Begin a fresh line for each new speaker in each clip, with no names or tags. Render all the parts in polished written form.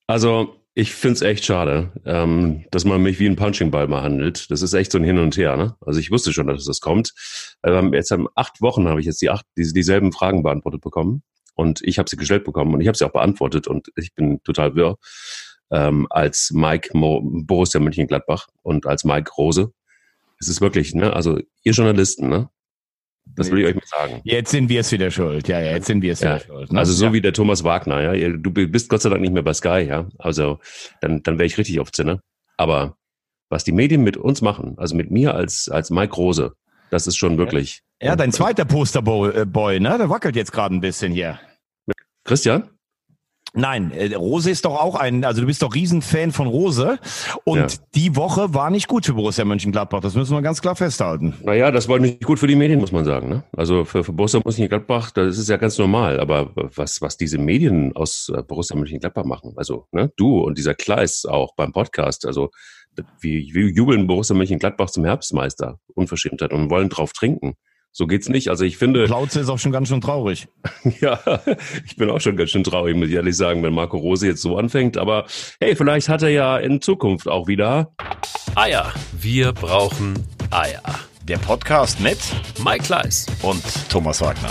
Also, ich find's echt schade, dass man mich wie ein Punching-Ball behandelt. Das ist echt so ein Hin und Her, ne? Also ich wusste schon, dass das kommt. Jetzt haben 8 Wochen habe ich jetzt dieselben Fragen beantwortet bekommen. Und ich habe sie gestellt bekommen und ich habe sie auch beantwortet und ich bin total wirr. Als Borussia Mönchengladbach und als Mike Rose. Es ist wirklich, ne? Also ihr Journalisten, ne? Das will ich euch mal sagen.
Jetzt sind wir es wieder schuld. Ja, jetzt sind wir es wieder schuld. Ne?
Also so wie der Thomas Wagner, ja. Du bist Gott sei Dank nicht mehr bei Sky, ja. Also dann wäre ich richtig auf Zinne. Aber was die Medien mit uns machen, also mit mir als Mike Rose, das ist schon wirklich.
Ja, dein zweiter Posterboy, ne? Der wackelt jetzt gerade ein bisschen hier.
Christian?
Nein, Rose ist doch auch also du bist doch Riesenfan von Rose und die Woche war nicht gut für Borussia Mönchengladbach, das müssen wir ganz klar festhalten.
Naja, das war nicht gut für die Medien, muss man sagen, ne? Also für Borussia Mönchengladbach, das ist ja ganz normal, aber was diese Medien aus Borussia Mönchengladbach machen, also ne, du und dieser Kleis auch beim Podcast, also wir jubeln Borussia Mönchengladbach zum Herbstmeister, Unverschämtheit und wollen drauf trinken. So geht's nicht. Also ich finde.
Plauze ist auch schon ganz schön traurig.
Ja, ich bin auch schon ganz schön traurig, muss ich ehrlich sagen, wenn Marco Rose jetzt so anfängt. Aber hey, vielleicht hat er ja in Zukunft auch wieder
Eier. Wir brauchen Eier.
Der Podcast mit
Mike Kleiss
und Thomas Wagner.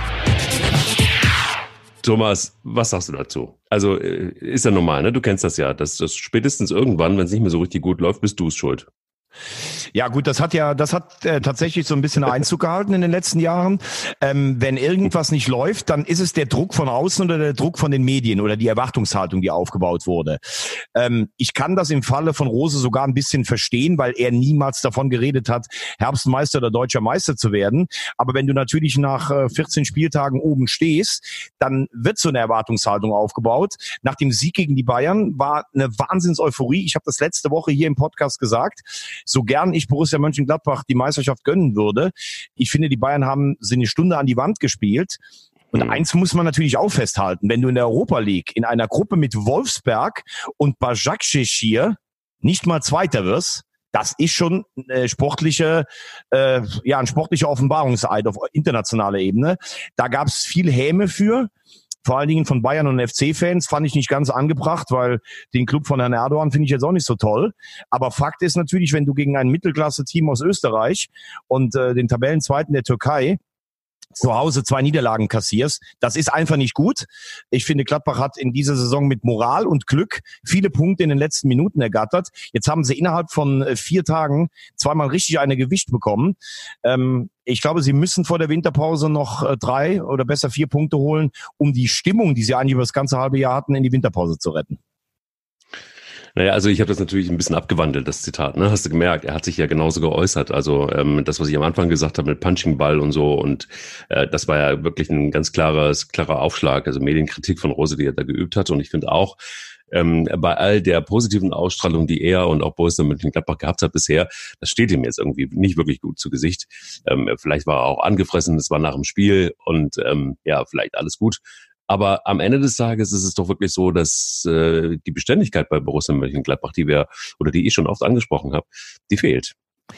Thomas, was sagst du dazu? Also ist ja normal, ne? Du kennst das ja. Das spätestens irgendwann, wenn es nicht mehr so richtig gut läuft, bist du es schuld.
Ja gut, das hat tatsächlich so ein bisschen Einzug gehalten in den letzten Jahren. Wenn irgendwas nicht läuft, dann ist es der Druck von außen oder der Druck von den Medien oder die Erwartungshaltung, die aufgebaut wurde. Ich kann das im Falle von Rose sogar ein bisschen verstehen, weil er niemals davon geredet hat, Herbstmeister oder deutscher Meister zu werden. Aber wenn du natürlich nach 14 Spieltagen oben stehst, dann wird so eine Erwartungshaltung aufgebaut. Nach dem Sieg gegen die Bayern war eine Wahnsinns-Euphorie. Ich habe das letzte Woche hier im Podcast gesagt. So gern ich Borussia Mönchengladbach die Meisterschaft gönnen würde, ich finde, die Bayern haben sie eine Stunde an die Wand gespielt. Und eins muss man natürlich auch festhalten, wenn du in der Europa League in einer Gruppe mit Wolfsberg und Başakşehir nicht mal Zweiter wirst, das ist schon ein sportlicher Offenbarungseid auf internationaler Ebene. Da gab es viel Häme für. Vor allen Dingen von Bayern und FC-Fans fand ich nicht ganz angebracht, weil den Club von Herrn Erdogan finde ich jetzt auch nicht so toll. Aber Fakt ist natürlich, wenn du gegen ein Mittelklasse-Team aus Österreich und den Tabellenzweiten der Türkei zu Hause 2 Niederlagen kassierst, das ist einfach nicht gut. Ich finde, Gladbach hat in dieser Saison mit Moral und Glück viele Punkte in den letzten Minuten ergattert. Jetzt haben sie innerhalb von 4 Tagen zweimal richtig eine Gewicht bekommen. Ich glaube, sie müssen vor der Winterpause noch 3 oder besser 4 Punkte holen, um die Stimmung, die sie eigentlich über das ganze halbe Jahr hatten, in die Winterpause zu retten.
Naja, also ich habe das natürlich ein bisschen abgewandelt, das Zitat, ne? Hast du gemerkt, er hat sich ja genauso geäußert. Also das, was ich am Anfang gesagt habe mit Punching Ball und so, und das war ja wirklich ein ganz klarer Aufschlag, also Medienkritik von Rose, die er da geübt hat. Und ich finde auch, bei all der positiven Ausstrahlung, die er und auch Borussia Mönchengladbach gehabt hat bisher, das steht ihm jetzt irgendwie nicht wirklich gut zu Gesicht. Vielleicht war er auch angefressen, es war nach dem Spiel und vielleicht alles gut. Aber am Ende des Tages ist es doch wirklich so, dass die Beständigkeit bei Borussia Mönchengladbach, die ich schon oft angesprochen habe, die fehlt.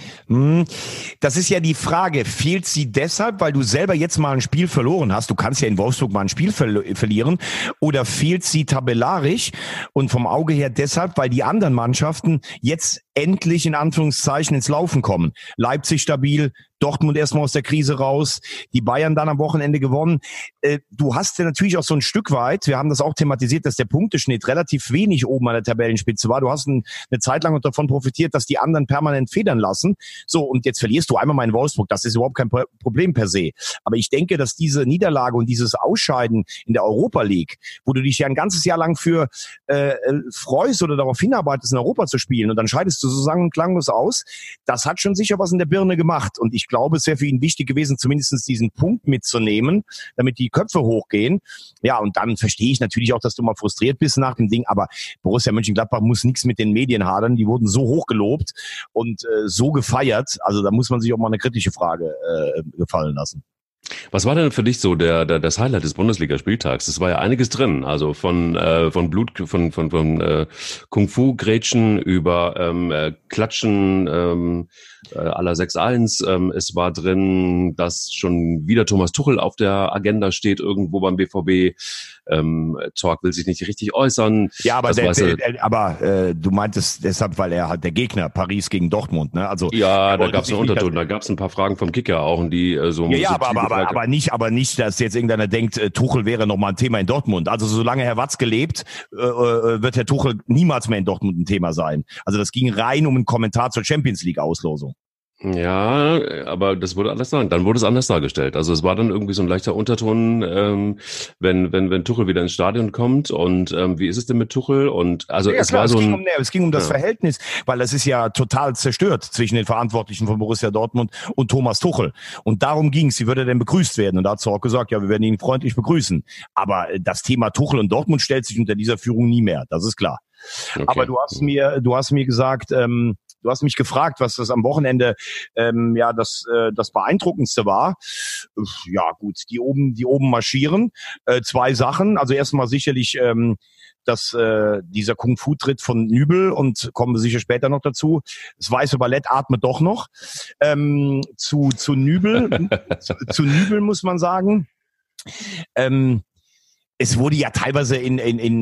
Das ist ja die Frage, fehlt sie deshalb, weil du selber jetzt mal ein Spiel verloren hast, du kannst ja in Wolfsburg mal ein Spiel verlieren, oder fehlt sie tabellarisch und vom Auge her deshalb, weil die anderen Mannschaften jetzt endlich in Anführungszeichen ins Laufen kommen. Leipzig stabil, Dortmund erstmal aus der Krise raus, die Bayern dann am Wochenende gewonnen. Du hast ja natürlich auch so ein Stück weit, wir haben das auch thematisiert, dass der Punkteschnitt relativ wenig oben an der Tabellenspitze war. Du hast eine Zeit lang davon profitiert, dass die anderen permanent federn lassen. So, und jetzt verlierst du einmal mal in Wolfsburg. Das ist überhaupt kein Problem per se. Aber ich denke, dass diese Niederlage und dieses Ausscheiden in der Europa League, wo du dich ja ein ganzes Jahr lang für freust oder darauf hinarbeitest, in Europa zu spielen und dann scheidest du so sang- und klanglos aus, das hat schon sicher was in der Birne gemacht. Und ich glaube, es wäre für ihn wichtig gewesen, zumindest diesen Punkt mitzunehmen, damit die Köpfe hochgehen. Ja, und dann verstehe ich natürlich auch, dass du mal frustriert bist nach dem Ding. Aber Borussia Mönchengladbach muss nichts mit den Medien hadern. Die wurden so hoch gelobt und so gefeiert. Also da muss man sich auch mal eine kritische Frage gefallen lassen.
Was war denn für dich so das Highlight des Bundesligaspieltags? Es war ja einiges drin, also von Kung-Fu-Grätschen über Klatschen à la 6-1. Es war drin, dass schon wieder Thomas Tuchel auf der Agenda steht, irgendwo beim BVB. Zorc will sich nicht richtig äußern.
Ja, aber du meintest deshalb, weil er halt der Gegner, Paris gegen Dortmund, ne? Also
ja, da gab es einen Unterton, da gab es ein paar Fragen vom Kicker auch, die so.
Ja, aber nicht, dass jetzt irgendeiner denkt, Tuchel wäre noch mal ein Thema in Dortmund. Also solange Herr Watzke lebt, wird Herr Tuchel niemals mehr in Dortmund ein Thema sein. Also das ging rein um einen Kommentar zur Champions League Auslosung.
Ja, aber das wurde dann wurde es anders dargestellt. Also es war dann irgendwie so ein leichter Unterton, wenn Tuchel wieder ins Stadion kommt und wie ist es denn mit Tuchel? Und also
ja,
es
klar,
war so
es ging um das Verhältnis, weil das ist ja total zerstört zwischen den Verantwortlichen von Borussia Dortmund und Thomas Tuchel. Und darum ging es, wie würde er denn begrüßt werden? Und da hat Zorc gesagt, ja, wir werden ihn freundlich begrüßen. Aber das Thema Tuchel und Dortmund stellt sich unter dieser Führung nie mehr, das ist klar. Okay. Aber du hast mir gesagt, du hast mich gefragt, was das am Wochenende das Beeindruckendste war. Ja gut, die oben marschieren. Zwei Sachen. Also erstmal sicherlich dieser Kung-Fu-Tritt von Nübel und kommen wir sicher später noch dazu. Das weiße Ballett atmet doch noch. Zu Nübel, zu Nübel muss man sagen. Es wurde ja teilweise in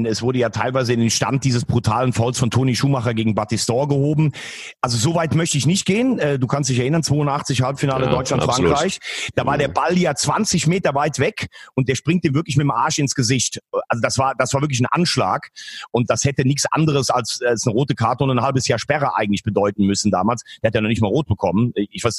den Stand dieses brutalen Fouls von Toni Schumacher gegen Battiston gehoben. Also so weit möchte ich nicht gehen. Du kannst dich erinnern, 82 Halbfinale Deutschland-Frankreich. Da war der Ball ja 20 Meter weit weg und der springt ihm wirklich mit dem Arsch ins Gesicht. Also das war wirklich ein Anschlag und das hätte nichts anderes als eine rote Karte und ein halbes Jahr Sperre eigentlich bedeuten müssen damals. Der hat ja noch nicht mal rot bekommen.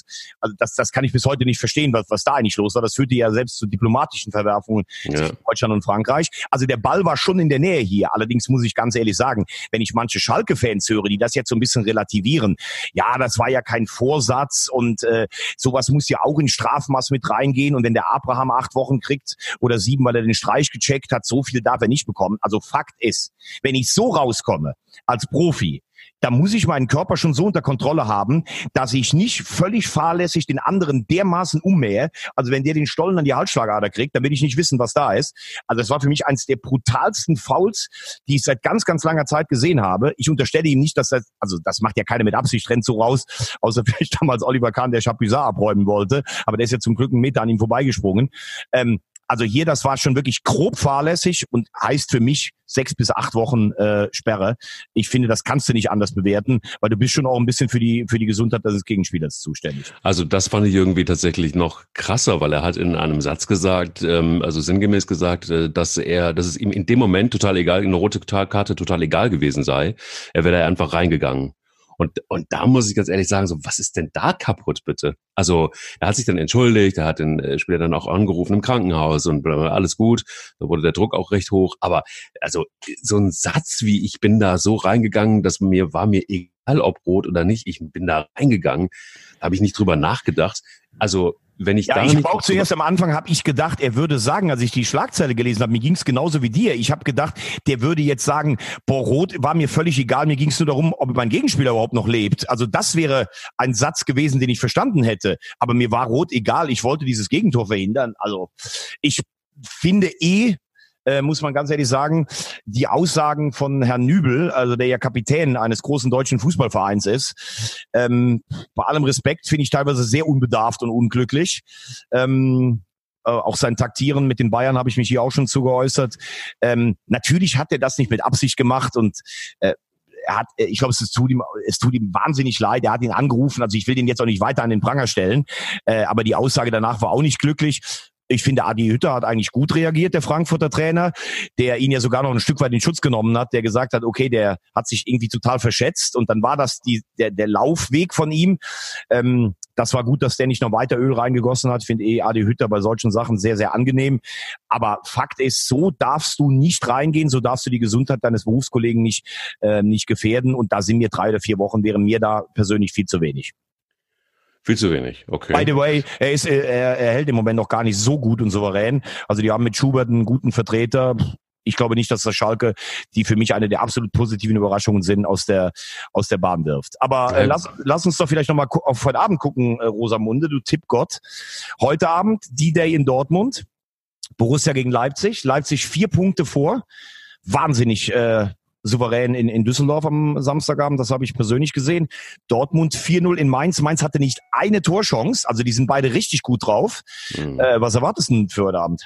Das kann ich bis heute nicht verstehen, was da eigentlich los war. Das führte ja selbst zu diplomatischen Verwerfungen zwischen Deutschland und Frankreich. Also der Ball war schon in der Nähe hier. Allerdings muss ich ganz ehrlich sagen, wenn ich manche Schalke-Fans höre, die das jetzt so ein bisschen relativieren, ja, das war ja kein Vorsatz und sowas muss ja auch in Strafmaß mit reingehen. Und wenn der Abraham 8 Wochen kriegt oder 7, weil er den Streich gecheckt hat, so viel darf er nicht bekommen. Also Fakt ist, wenn ich so rauskomme als Profi, da muss ich meinen Körper schon so unter Kontrolle haben, dass ich nicht völlig fahrlässig den anderen dermaßen ummähe. Also wenn der den Stollen an die Halsschlagader kriegt, dann will ich nicht wissen, was da ist. Also das war für mich eines der brutalsten Fouls, die ich seit ganz, ganz langer Zeit gesehen habe. Ich unterstelle ihm nicht, dass das macht ja keiner mit Absicht, rennt so raus, außer vielleicht damals Oliver Kahn, der Chapuisat abräumen wollte. Aber der ist ja zum Glück einen Meter an ihm vorbeigesprungen. Also hier, das war schon wirklich grob fahrlässig und heißt für mich 6 bis 8 Wochen Sperre. Ich finde, das kannst du nicht anders bewerten, weil du bist schon auch ein bisschen für die Gesundheit des Gegenspielers zuständig.
Also das fand ich irgendwie tatsächlich noch krasser, weil er hat in einem Satz gesagt, also sinngemäß gesagt, dass es ihm in dem Moment total egal, eine rote Karte total egal gewesen sei. Er wäre da einfach reingegangen. Und da muss ich ganz ehrlich sagen, so, was ist denn da kaputt, bitte? Also, er hat sich dann entschuldigt, er hat den Spieler dann auch angerufen im Krankenhaus und alles gut. Da wurde der Druck auch recht hoch. Aber, also, so ein Satz wie, ich bin da so reingegangen, war mir egal, ob rot oder nicht, ich bin da reingegangen, da habe ich nicht drüber nachgedacht. Also, wenn ich da
ich habe auch zuerst am Anfang habe ich gedacht, er würde sagen, als ich die Schlagzeile gelesen habe, mir ging es genauso wie dir. Ich habe gedacht, der würde jetzt sagen, boah, rot war mir völlig egal, mir ging es nur darum, ob mein Gegenspieler überhaupt noch lebt. Also das wäre ein Satz gewesen, den ich verstanden hätte. Aber mir war rot egal, ich wollte dieses Gegentor verhindern. Also ich finde muss man ganz ehrlich sagen, die Aussagen von Herrn Nübel, also der ja Kapitän eines großen deutschen Fußballvereins ist, bei allem Respekt finde ich teilweise sehr unbedarft und unglücklich. Auch sein Taktieren mit den Bayern habe ich mich hier auch schon zu geäußert. Natürlich hat er das nicht mit Absicht gemacht und ich glaube, es tut ihm wahnsinnig leid. Er hat ihn angerufen, also ich will den jetzt auch nicht weiter an den Pranger stellen, aber die Aussage danach war auch nicht glücklich. Ich finde, Adi Hütter hat eigentlich gut reagiert, der Frankfurter Trainer, der ihn ja sogar noch ein Stück weit in Schutz genommen hat, der gesagt hat, okay, der hat sich irgendwie total verschätzt und dann war das der Laufweg von ihm. Das war gut, dass der nicht noch weiter Öl reingegossen hat. Ich finde Adi Hütter bei solchen Sachen sehr, sehr angenehm. Aber Fakt ist, so darfst du nicht reingehen, so darfst du die Gesundheit deines Berufskollegen nicht gefährden. Und da sind mir 3 oder 4 Wochen, wären mir da persönlich viel zu wenig.
Viel zu wenig, okay.
By the way, er hält im Moment noch gar nicht so gut und souverän. Also die haben mit Schubert einen guten Vertreter. ich glaube nicht, dass das Schalke, die für mich eine der absolut positiven Überraschungen sind, aus der Bahn wirft. Aber lass uns doch vielleicht nochmal auf heute Abend gucken, Rosamunde, du Tippgott. Heute Abend D-Day in Dortmund, Borussia gegen Leipzig. Leipzig 4 Punkte vor. Wahnsinnig souverän in Düsseldorf am Samstagabend, das habe ich persönlich gesehen. Dortmund 4-0 in Mainz. Mainz hatte nicht eine Torchance, also die sind beide richtig gut drauf. Was erwartest du denn für heute Abend?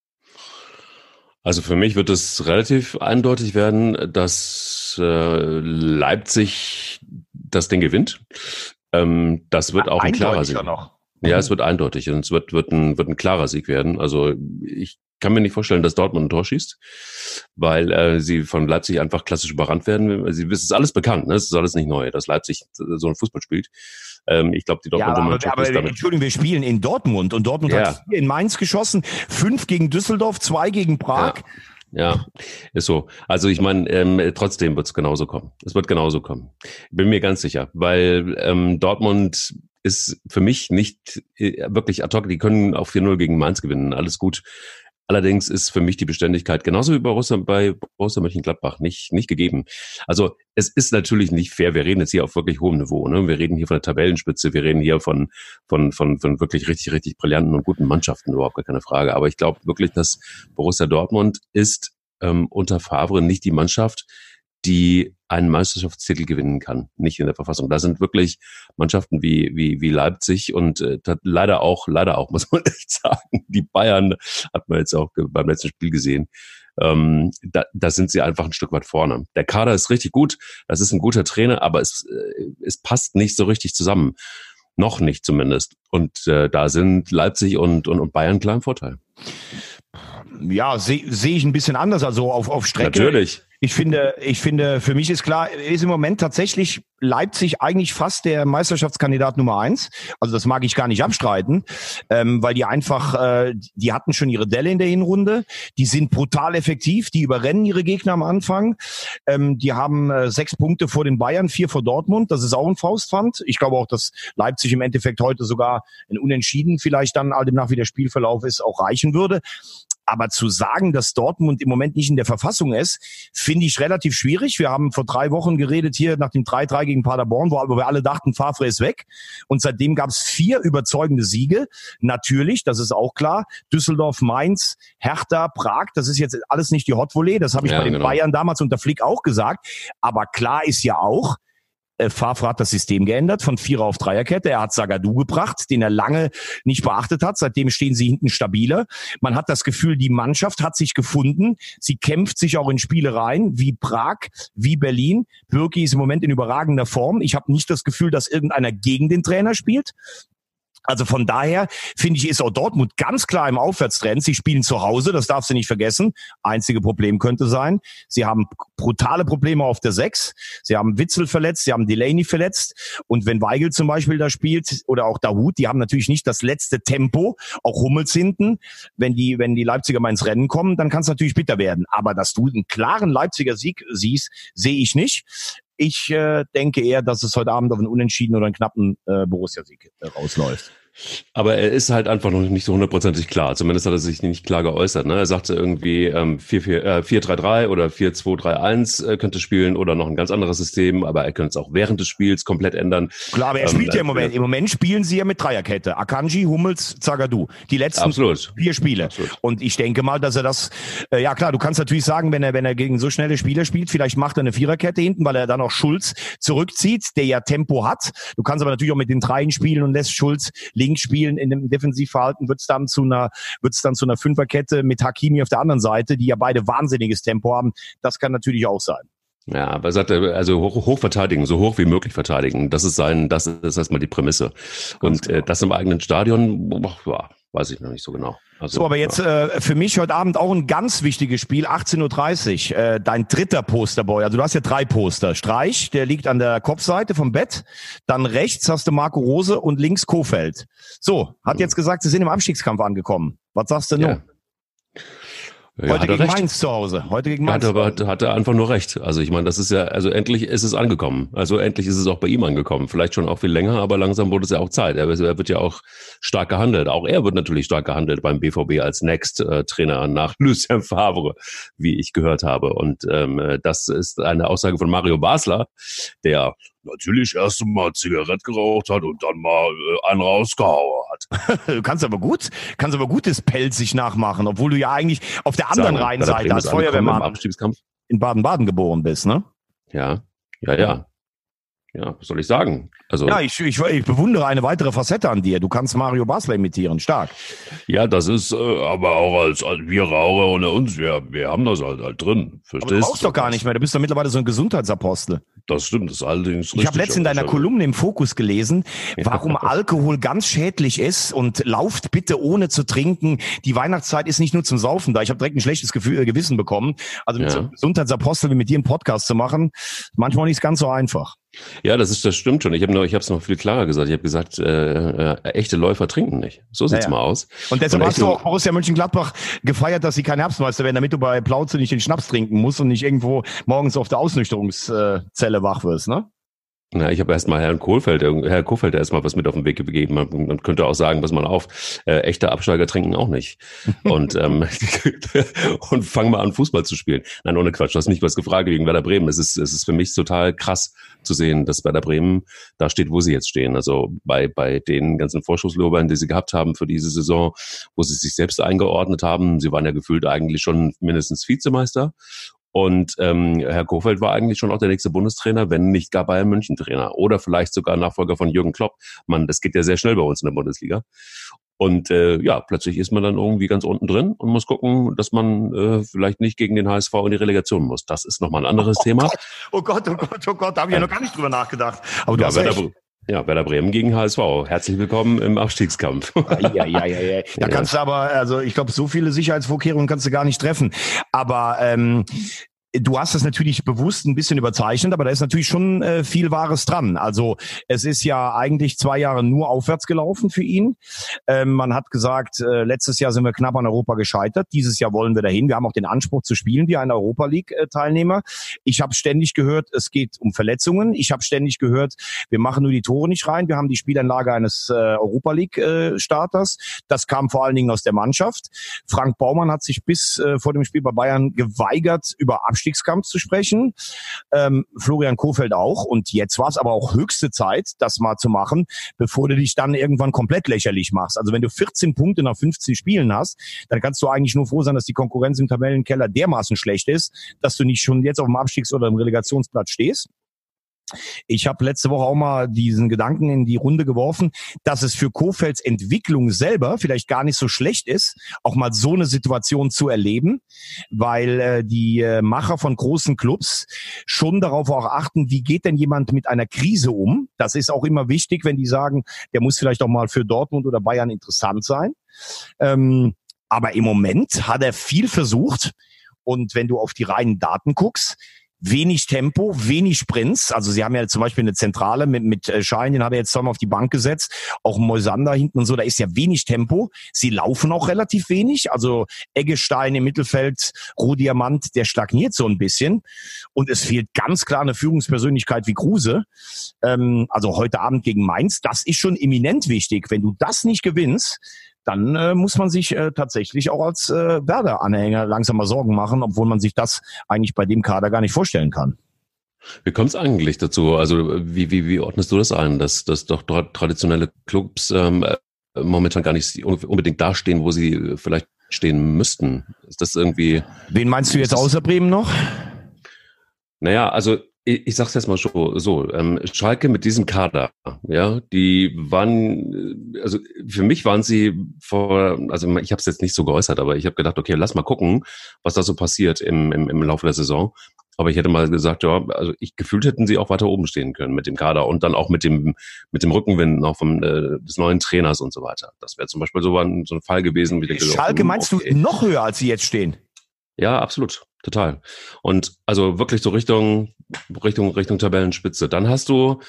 Also für mich wird es relativ eindeutig werden, dass Leipzig das Ding gewinnt. Das wird auch ein klarer Sieg. Ja, es wird eindeutig und es wird ein klarer Sieg werden. Also ich kann mir nicht vorstellen, dass Dortmund ein Tor schießt, weil sie von Leipzig einfach klassisch überrannt werden. Es ist alles bekannt, ne? Es ist alles nicht neu, dass Leipzig so ein Fußball spielt. Ich glaube, die Dortmunder Mannschaft ist damit.
Entschuldigung, wir spielen in Dortmund und Dortmund hat 4 in Mainz geschossen, 5 gegen Düsseldorf, 2 gegen Prag.
Ja, ist so. Also ich meine, trotzdem wird es genauso kommen. Es wird genauso kommen. Bin mir ganz sicher, weil Dortmund ist für mich nicht wirklich ad hoc. Die können auch 4-0 gegen Mainz gewinnen. Alles gut. Allerdings ist für mich die Beständigkeit genauso wie bei Borussia Mönchengladbach nicht gegeben. Also es ist natürlich nicht fair. Wir reden jetzt hier auf wirklich hohem Niveau, ne? Wir reden hier von der Tabellenspitze. Wir reden hier von wirklich richtig, richtig brillanten und guten Mannschaften. Überhaupt gar keine Frage. Aber ich glaube wirklich, dass Borussia Dortmund ist unter Favre nicht die Mannschaft, die einen Meisterschaftstitel gewinnen kann, nicht in der Verfassung. Da sind wirklich Mannschaften wie Leipzig und leider auch, muss man echt sagen, die Bayern hat man jetzt auch beim letzten Spiel gesehen. Da sind sie einfach ein Stück weit vorne. Der Kader ist richtig gut, das ist ein guter Trainer, aber es passt nicht so richtig zusammen. Noch nicht zumindest. Und da sind Leipzig und Bayern klar im Vorteil.
Ja, sehe ich ein bisschen anders, also auf Strecke.
Natürlich.
Ich finde, für mich ist klar, ist im Moment tatsächlich Leipzig eigentlich fast der Meisterschaftskandidat Nummer 1. Also das mag ich gar nicht abstreiten, weil die einfach, die hatten schon ihre Delle in der Hinrunde. Die sind brutal effektiv, die überrennen ihre Gegner am Anfang. Die haben 6 Punkte vor den Bayern, 4 vor Dortmund. Das ist auch ein Faustpfand. Ich glaube auch, dass Leipzig im Endeffekt heute sogar ein Unentschieden vielleicht dann all demnach, wie der Spielverlauf ist, auch reichen würde. Aber zu sagen, dass Dortmund im Moment nicht in der Verfassung ist, finde ich relativ schwierig. Wir haben vor 3 Wochen geredet hier nach dem 3-3 gegen Paderborn, wo wir alle dachten, Favre ist weg. Und seitdem gab es 4 überzeugende Siege. Natürlich, das ist auch klar. Düsseldorf, Mainz, Hertha, Prag, das ist jetzt alles nicht die Hot Volley. Das habe ich bei den Bayern damals unter Flick auch gesagt. Aber klar ist ja auch, Favre hat das System geändert von 4er auf 3er-Kette. Er hat Zagadou gebracht, den er lange nicht beachtet hat. Seitdem stehen sie hinten stabiler. Man hat das Gefühl, die Mannschaft hat sich gefunden. Sie kämpft sich auch in Spiele rein, wie Prag, wie Berlin. Bürki ist im Moment in überragender Form. Ich habe nicht das Gefühl, dass irgendeiner gegen den Trainer spielt. Also von daher, finde ich, ist auch Dortmund ganz klar im Aufwärtstrend. Sie spielen zu Hause, das darfst du nicht vergessen. Einzige Problem könnte sein, sie haben brutale Probleme auf der 6. Sie haben Witzel verletzt, sie haben Delaney verletzt. Und wenn Weigl zum Beispiel da spielt oder auch Dahoud, die haben natürlich nicht das letzte Tempo. Auch Hummels hinten. Wenn die Leipziger mal ins Rennen kommen, dann kann es natürlich bitter werden. Aber dass du einen klaren Leipziger Sieg siehst, sehe ich nicht. Ich denke eher, dass es heute Abend auf einen Unentschieden oder einen knappen Borussia-Sieg rausläuft.
Aber er ist halt einfach noch nicht so 100% klar. Zumindest hat er sich nicht klar geäußert. Ne? Er sagte irgendwie 4-3-3 oder 4-2-3-1 könnte spielen oder noch ein ganz anderes System, aber er könnte es auch während des Spiels komplett ändern.
Klar, aber er spielt ja im Moment. Im Moment spielen sie ja mit Dreierkette. Akanji, Hummels, Zagadou. Die letzten 4 Spiele. Absolut. Und ich denke mal, dass er das, ja klar, du kannst natürlich sagen, wenn er gegen so schnelle Spieler spielt, vielleicht macht er eine Viererkette hinten, weil er dann auch Schulz zurückzieht, der ja Tempo hat. Du kannst aber natürlich auch mit den Dreien spielen und lässt Schulz links spielen. In dem Defensivverhalten wird's dann zu einer Fünferkette mit Hakimi auf der anderen Seite, die ja beide wahnsinniges Tempo haben. Das kann natürlich auch sein.
Ja, aber er sagte, also hoch verteidigen, so hoch wie möglich verteidigen. Das ist erstmal die Prämisse. Und genau. Das im eigenen Stadion, weiß ich noch nicht so genau. Also,
so, aber jetzt für mich heute Abend auch ein ganz wichtiges Spiel, 18.30 Uhr, dein dritter Posterboy. Also du hast ja 3 Poster. Streich, der liegt an der Kopfseite vom Bett. Dann rechts hast du Marco Rose und links Kofeld. So, hat jetzt gesagt, sie sind im Abstiegskampf angekommen. Was sagst du nun?
Ja,
Heute gegen Mainz zu Hause. Heute gegen Mainz.
Hat er einfach nur recht. Also ich meine, das ist ja, also endlich ist es angekommen. Also endlich ist es auch bei ihm angekommen. Vielleicht schon auch viel länger, aber langsam wurde es ja auch Zeit. Er wird ja auch stark gehandelt. Auch er wird natürlich stark gehandelt beim BVB als Next-Trainer nach Lucien Favre, wie ich gehört habe. Und das ist eine Aussage von Mario Basler, der natürlich erst mal Zigarette geraucht hat und dann mal einen rausgehauen hat.
Du kannst aber gut das Pelzig nachmachen, obwohl du ja eigentlich auf der anderen Rheinseite als Feuerwehrmann in Baden-Baden geboren bist, ne?
Ja. Ja, was soll ich sagen? Also
ja, ich bewundere eine weitere Facette an dir. Du kannst Mario Basler imitieren, stark.
Ja, das ist aber auch als wir Raucher unter uns, wir haben das halt drin. Verstehst du?
Du brauchst doch gar nicht mehr. Du bist doch mittlerweile so ein Gesundheitsapostel.
Das stimmt, das ist allerdings richtig.
Ich habe letztens in deiner Kolumne im Fokus gelesen, warum Alkohol ganz schädlich ist und lauft bitte ohne zu trinken. Die Weihnachtszeit ist nicht nur zum Saufen da. Ich habe direkt ein schlechtes Gewissen bekommen. Also mit so einem Gesundheitsapostel wie mit dir einen Podcast zu machen, manchmal nicht ganz so einfach.
Ja, das stimmt schon. Ich habe es noch viel klarer gesagt. Ich habe gesagt, echte Läufer trinken nicht. So sieht's mal aus.
Und deshalb hast du auch Borussia Mönchengladbach gefeiert, dass sie kein Herbstmeister werden, damit du bei Plauze nicht den Schnaps trinken musst und nicht irgendwo morgens auf der Ausnüchterungszelle wach wirst, ne?
Ja, ich habe erstmal Herr Kohfeldt erstmal was mit auf den Weg gegeben. Man könnte auch sagen, pass mal auf, echte Absteiger trinken auch nicht. Und und fang mal an, Fußball zu spielen. Nein, ohne Quatsch, du hast nicht was gefragt wegen Werder Bremen. Es ist für mich total krass zu sehen, dass Werder Bremen da steht, wo sie jetzt stehen. Also bei den ganzen Vorschusslorbeeren, die sie gehabt haben für diese Saison, wo sie sich selbst eingeordnet haben. Sie waren ja gefühlt eigentlich schon mindestens Vizemeister. Und Herr Kohfeldt war eigentlich schon auch der nächste Bundestrainer, wenn nicht gar Bayern München Trainer oder vielleicht sogar Nachfolger von Jürgen Klopp. Mann, das geht ja sehr schnell bei uns in der Bundesliga. Und plötzlich ist man dann irgendwie ganz unten drin und muss gucken, dass man vielleicht nicht gegen den HSV in die Relegation muss. Das ist nochmal ein anderes Thema.
Oh Gott, da habe ich ja noch gar nicht drüber nachgedacht. Aber du hast recht.
Werder Bremen gegen HSV. Herzlich willkommen im Abstiegskampf.
Ja. Da kannst du aber, also ich glaube, so viele Sicherheitsvorkehrungen kannst du gar nicht treffen. Aber du hast das natürlich bewusst ein bisschen überzeichnet, aber da ist natürlich schon viel Wahres dran. Also es ist ja eigentlich 2 Jahre nur aufwärts gelaufen für ihn. Man hat gesagt, letztes Jahr sind wir knapp an Europa gescheitert. Dieses Jahr wollen wir dahin. Wir haben auch den Anspruch zu spielen wie ein Europa League-Teilnehmer. Ich habe ständig gehört, es geht um Verletzungen. Ich habe ständig gehört, wir machen nur die Tore nicht rein. Wir haben die Spielanlage eines Europa League-Starters. Das kam vor allen Dingen aus der Mannschaft. Frank Baumann hat sich bis vor dem Spiel bei Bayern geweigert, über Abstiegskampf zu sprechen. Florian Kohfeldt auch. Und jetzt war es aber auch höchste Zeit, das mal zu machen, bevor du dich dann irgendwann komplett lächerlich machst. Also wenn du 14 Punkte nach 15 Spielen hast, dann kannst du eigentlich nur froh sein, dass die Konkurrenz im Tabellenkeller dermaßen schlecht ist, dass du nicht schon jetzt auf dem Abstiegs- oder im Relegationsplatz stehst. Ich habe letzte Woche auch mal diesen Gedanken in die Runde geworfen, dass es für Kohfeldts Entwicklung selber vielleicht gar nicht so schlecht ist, auch mal so eine Situation zu erleben, weil die Macher von großen Clubs schon darauf auch achten, wie geht denn jemand mit einer Krise um. Das ist auch immer wichtig, wenn die sagen, der muss vielleicht auch mal für Dortmund oder Bayern interessant sein. Aber im Moment hat er viel versucht und wenn du auf die reinen Daten guckst, wenig Tempo, wenig Sprints. Also sie haben ja zum Beispiel eine Zentrale mit Schein, den hat er jetzt zweimal auf die Bank gesetzt. Auch Moisander hinten und so, da ist ja wenig Tempo. Sie laufen auch relativ wenig. Also Eggestein im Mittelfeld, Rohdiamant, der stagniert so ein bisschen. Und es fehlt ganz klar eine Führungspersönlichkeit wie Kruse. Also heute Abend gegen Mainz, das ist schon eminent wichtig. Wenn du das nicht gewinnst, dann muss man sich tatsächlich auch als Werder-Anhänger langsam mal Sorgen machen, obwohl man sich das eigentlich bei dem Kader gar nicht vorstellen kann.
Wie kommt es eigentlich dazu? Also wie ordnest du das ein, dass doch traditionelle Clubs momentan gar nicht unbedingt dastehen, wo sie vielleicht stehen müssten? Ist das irgendwie...
Wen meinst du jetzt außer Bremen noch?
Naja, also ich sag's jetzt mal so, Schalke mit diesem Kader, ja, die waren, also für mich waren sie also ich habe es jetzt nicht so geäußert, aber ich habe gedacht, okay, lass mal gucken, was da so passiert im Laufe der Saison. Aber ich hätte mal gesagt, ja, also gefühlt hätten sie auch weiter oben stehen können mit dem Kader und dann auch mit dem Rückenwind noch des neuen Trainers und so weiter. Das wäre zum Beispiel so ein Fall gewesen. Wie
Schalke meinst du noch höher, als sie jetzt stehen?
Ja, absolut. Total. Und also wirklich so Richtung Tabellenspitze. Dann hast du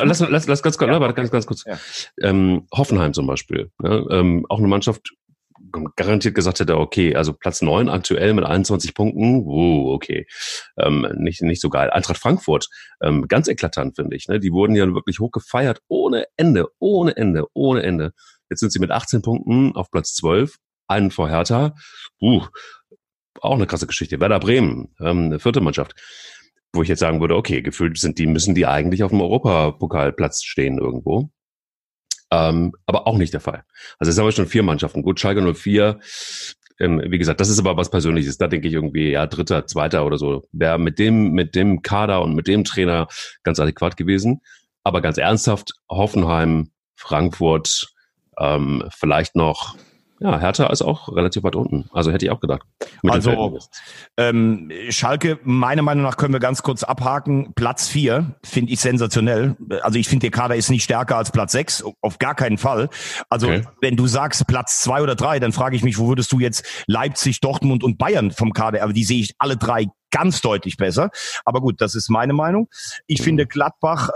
lass ganz kurz. Ja. Hoffenheim zum Beispiel. Ja, auch eine Mannschaft, garantiert gesagt hätte, okay, also Platz 9 aktuell mit 21 Punkten, okay, nicht so geil. Eintracht Frankfurt, ganz eklatant, finde ich. Ne? Die wurden ja wirklich hoch gefeiert, ohne Ende. Jetzt sind sie mit 18 Punkten auf Platz 12, einen vor Hertha. Auch eine krasse Geschichte. Werder Bremen, eine vierte Mannschaft, wo ich jetzt sagen würde, okay, gefühlt müssen die eigentlich auf dem Europapokalplatz stehen irgendwo. Aber auch nicht der Fall. Also jetzt haben wir schon 4 Mannschaften. Gut, Schalke 04, wie gesagt, das ist aber was Persönliches. Da denke ich irgendwie, ja, dritter, zweiter oder so. Wäre mit dem Kader und mit dem Trainer ganz adäquat gewesen. Aber ganz ernsthaft, Hoffenheim, Frankfurt, vielleicht noch, ja, Hertha ist auch relativ weit unten. Also hätte ich auch gedacht.
Also Schalke, meiner Meinung nach können wir ganz kurz abhaken. Platz 4 finde ich sensationell. Also ich finde, der Kader ist nicht stärker als Platz 6, auf gar keinen Fall. Also Wenn du sagst Platz 2 oder 3, dann frage ich mich, wo würdest du jetzt Leipzig, Dortmund und Bayern vom Kader, aber die sehe ich alle 3 ganz deutlich besser. Aber gut, das ist meine Meinung. Ich finde Gladbach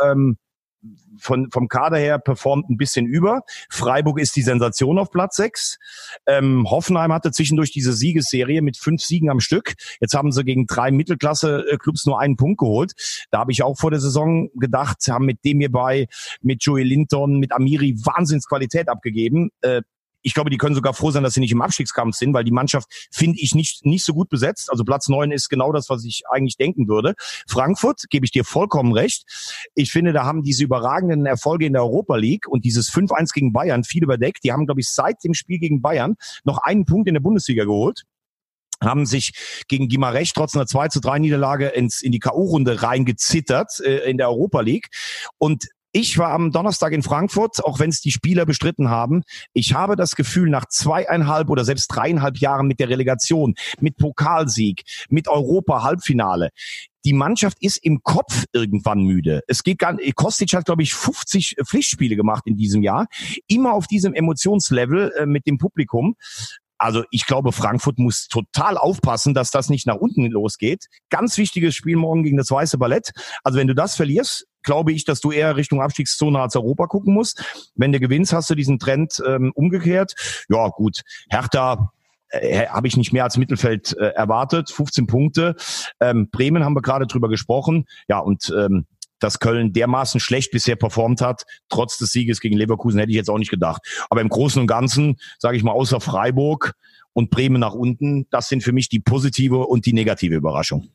vom Kader her performt ein bisschen über. Freiburg ist die Sensation auf Platz 6. Hoffenheim hatte zwischendurch diese Siegesserie mit 5 Siegen am Stück. Jetzt haben sie gegen 3 Mittelklasse-Clubs nur einen Punkt geholt. Da habe ich auch vor der Saison gedacht, haben mit dem hierbei, mit Joey Linton, mit Amiri Wahnsinnsqualität abgegeben. Ich glaube, die können sogar froh sein, dass sie nicht im Abstiegskampf sind, weil die Mannschaft finde ich nicht so gut besetzt. Also Platz 9 ist genau das, was ich eigentlich denken würde. Frankfurt, gebe ich dir vollkommen recht. Ich finde, da haben diese überragenden Erfolge in der Europa League und dieses 5-1 gegen Bayern viel überdeckt. Die haben, glaube ich, seit dem Spiel gegen Bayern noch einen Punkt in der Bundesliga geholt. Haben sich gegen Guimarães trotz einer 2:3 Niederlage in die K.O.-Runde reingezittert in der Europa League. Und ich war am Donnerstag in Frankfurt, auch wenn es die Spieler bestritten haben. Ich habe das Gefühl, nach 2,5 oder selbst 3,5 Jahren mit der Relegation, mit Pokalsieg, mit Europa-Halbfinale, die Mannschaft ist im Kopf irgendwann müde. Es geht gar nicht. Kostic hat, glaube ich, 50 Pflichtspiele gemacht in diesem Jahr. Immer auf diesem Emotionslevel mit dem Publikum. Also ich glaube, Frankfurt muss total aufpassen, dass das nicht nach unten losgeht. Ganz wichtiges Spiel morgen gegen das Weiße Ballett. Also wenn du das verlierst, glaube ich, dass du eher Richtung Abstiegszone als Europa gucken musst. Wenn du gewinnst, hast du diesen Trend umgekehrt. Ja gut, Hertha habe ich nicht mehr als Mittelfeld erwartet. 15 Punkte. Bremen haben wir gerade drüber gesprochen. Ja und dass Köln dermaßen schlecht bisher performt hat, trotz des Sieges gegen Leverkusen, hätte ich jetzt auch nicht gedacht. Aber im Großen und Ganzen, sage ich mal, außer Freiburg und Bremen nach unten, das sind für mich die positive und die negative Überraschung.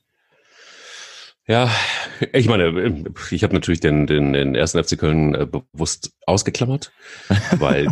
Ja, ich meine, ich habe natürlich den ersten FC Köln bewusst ausgeklammert, weil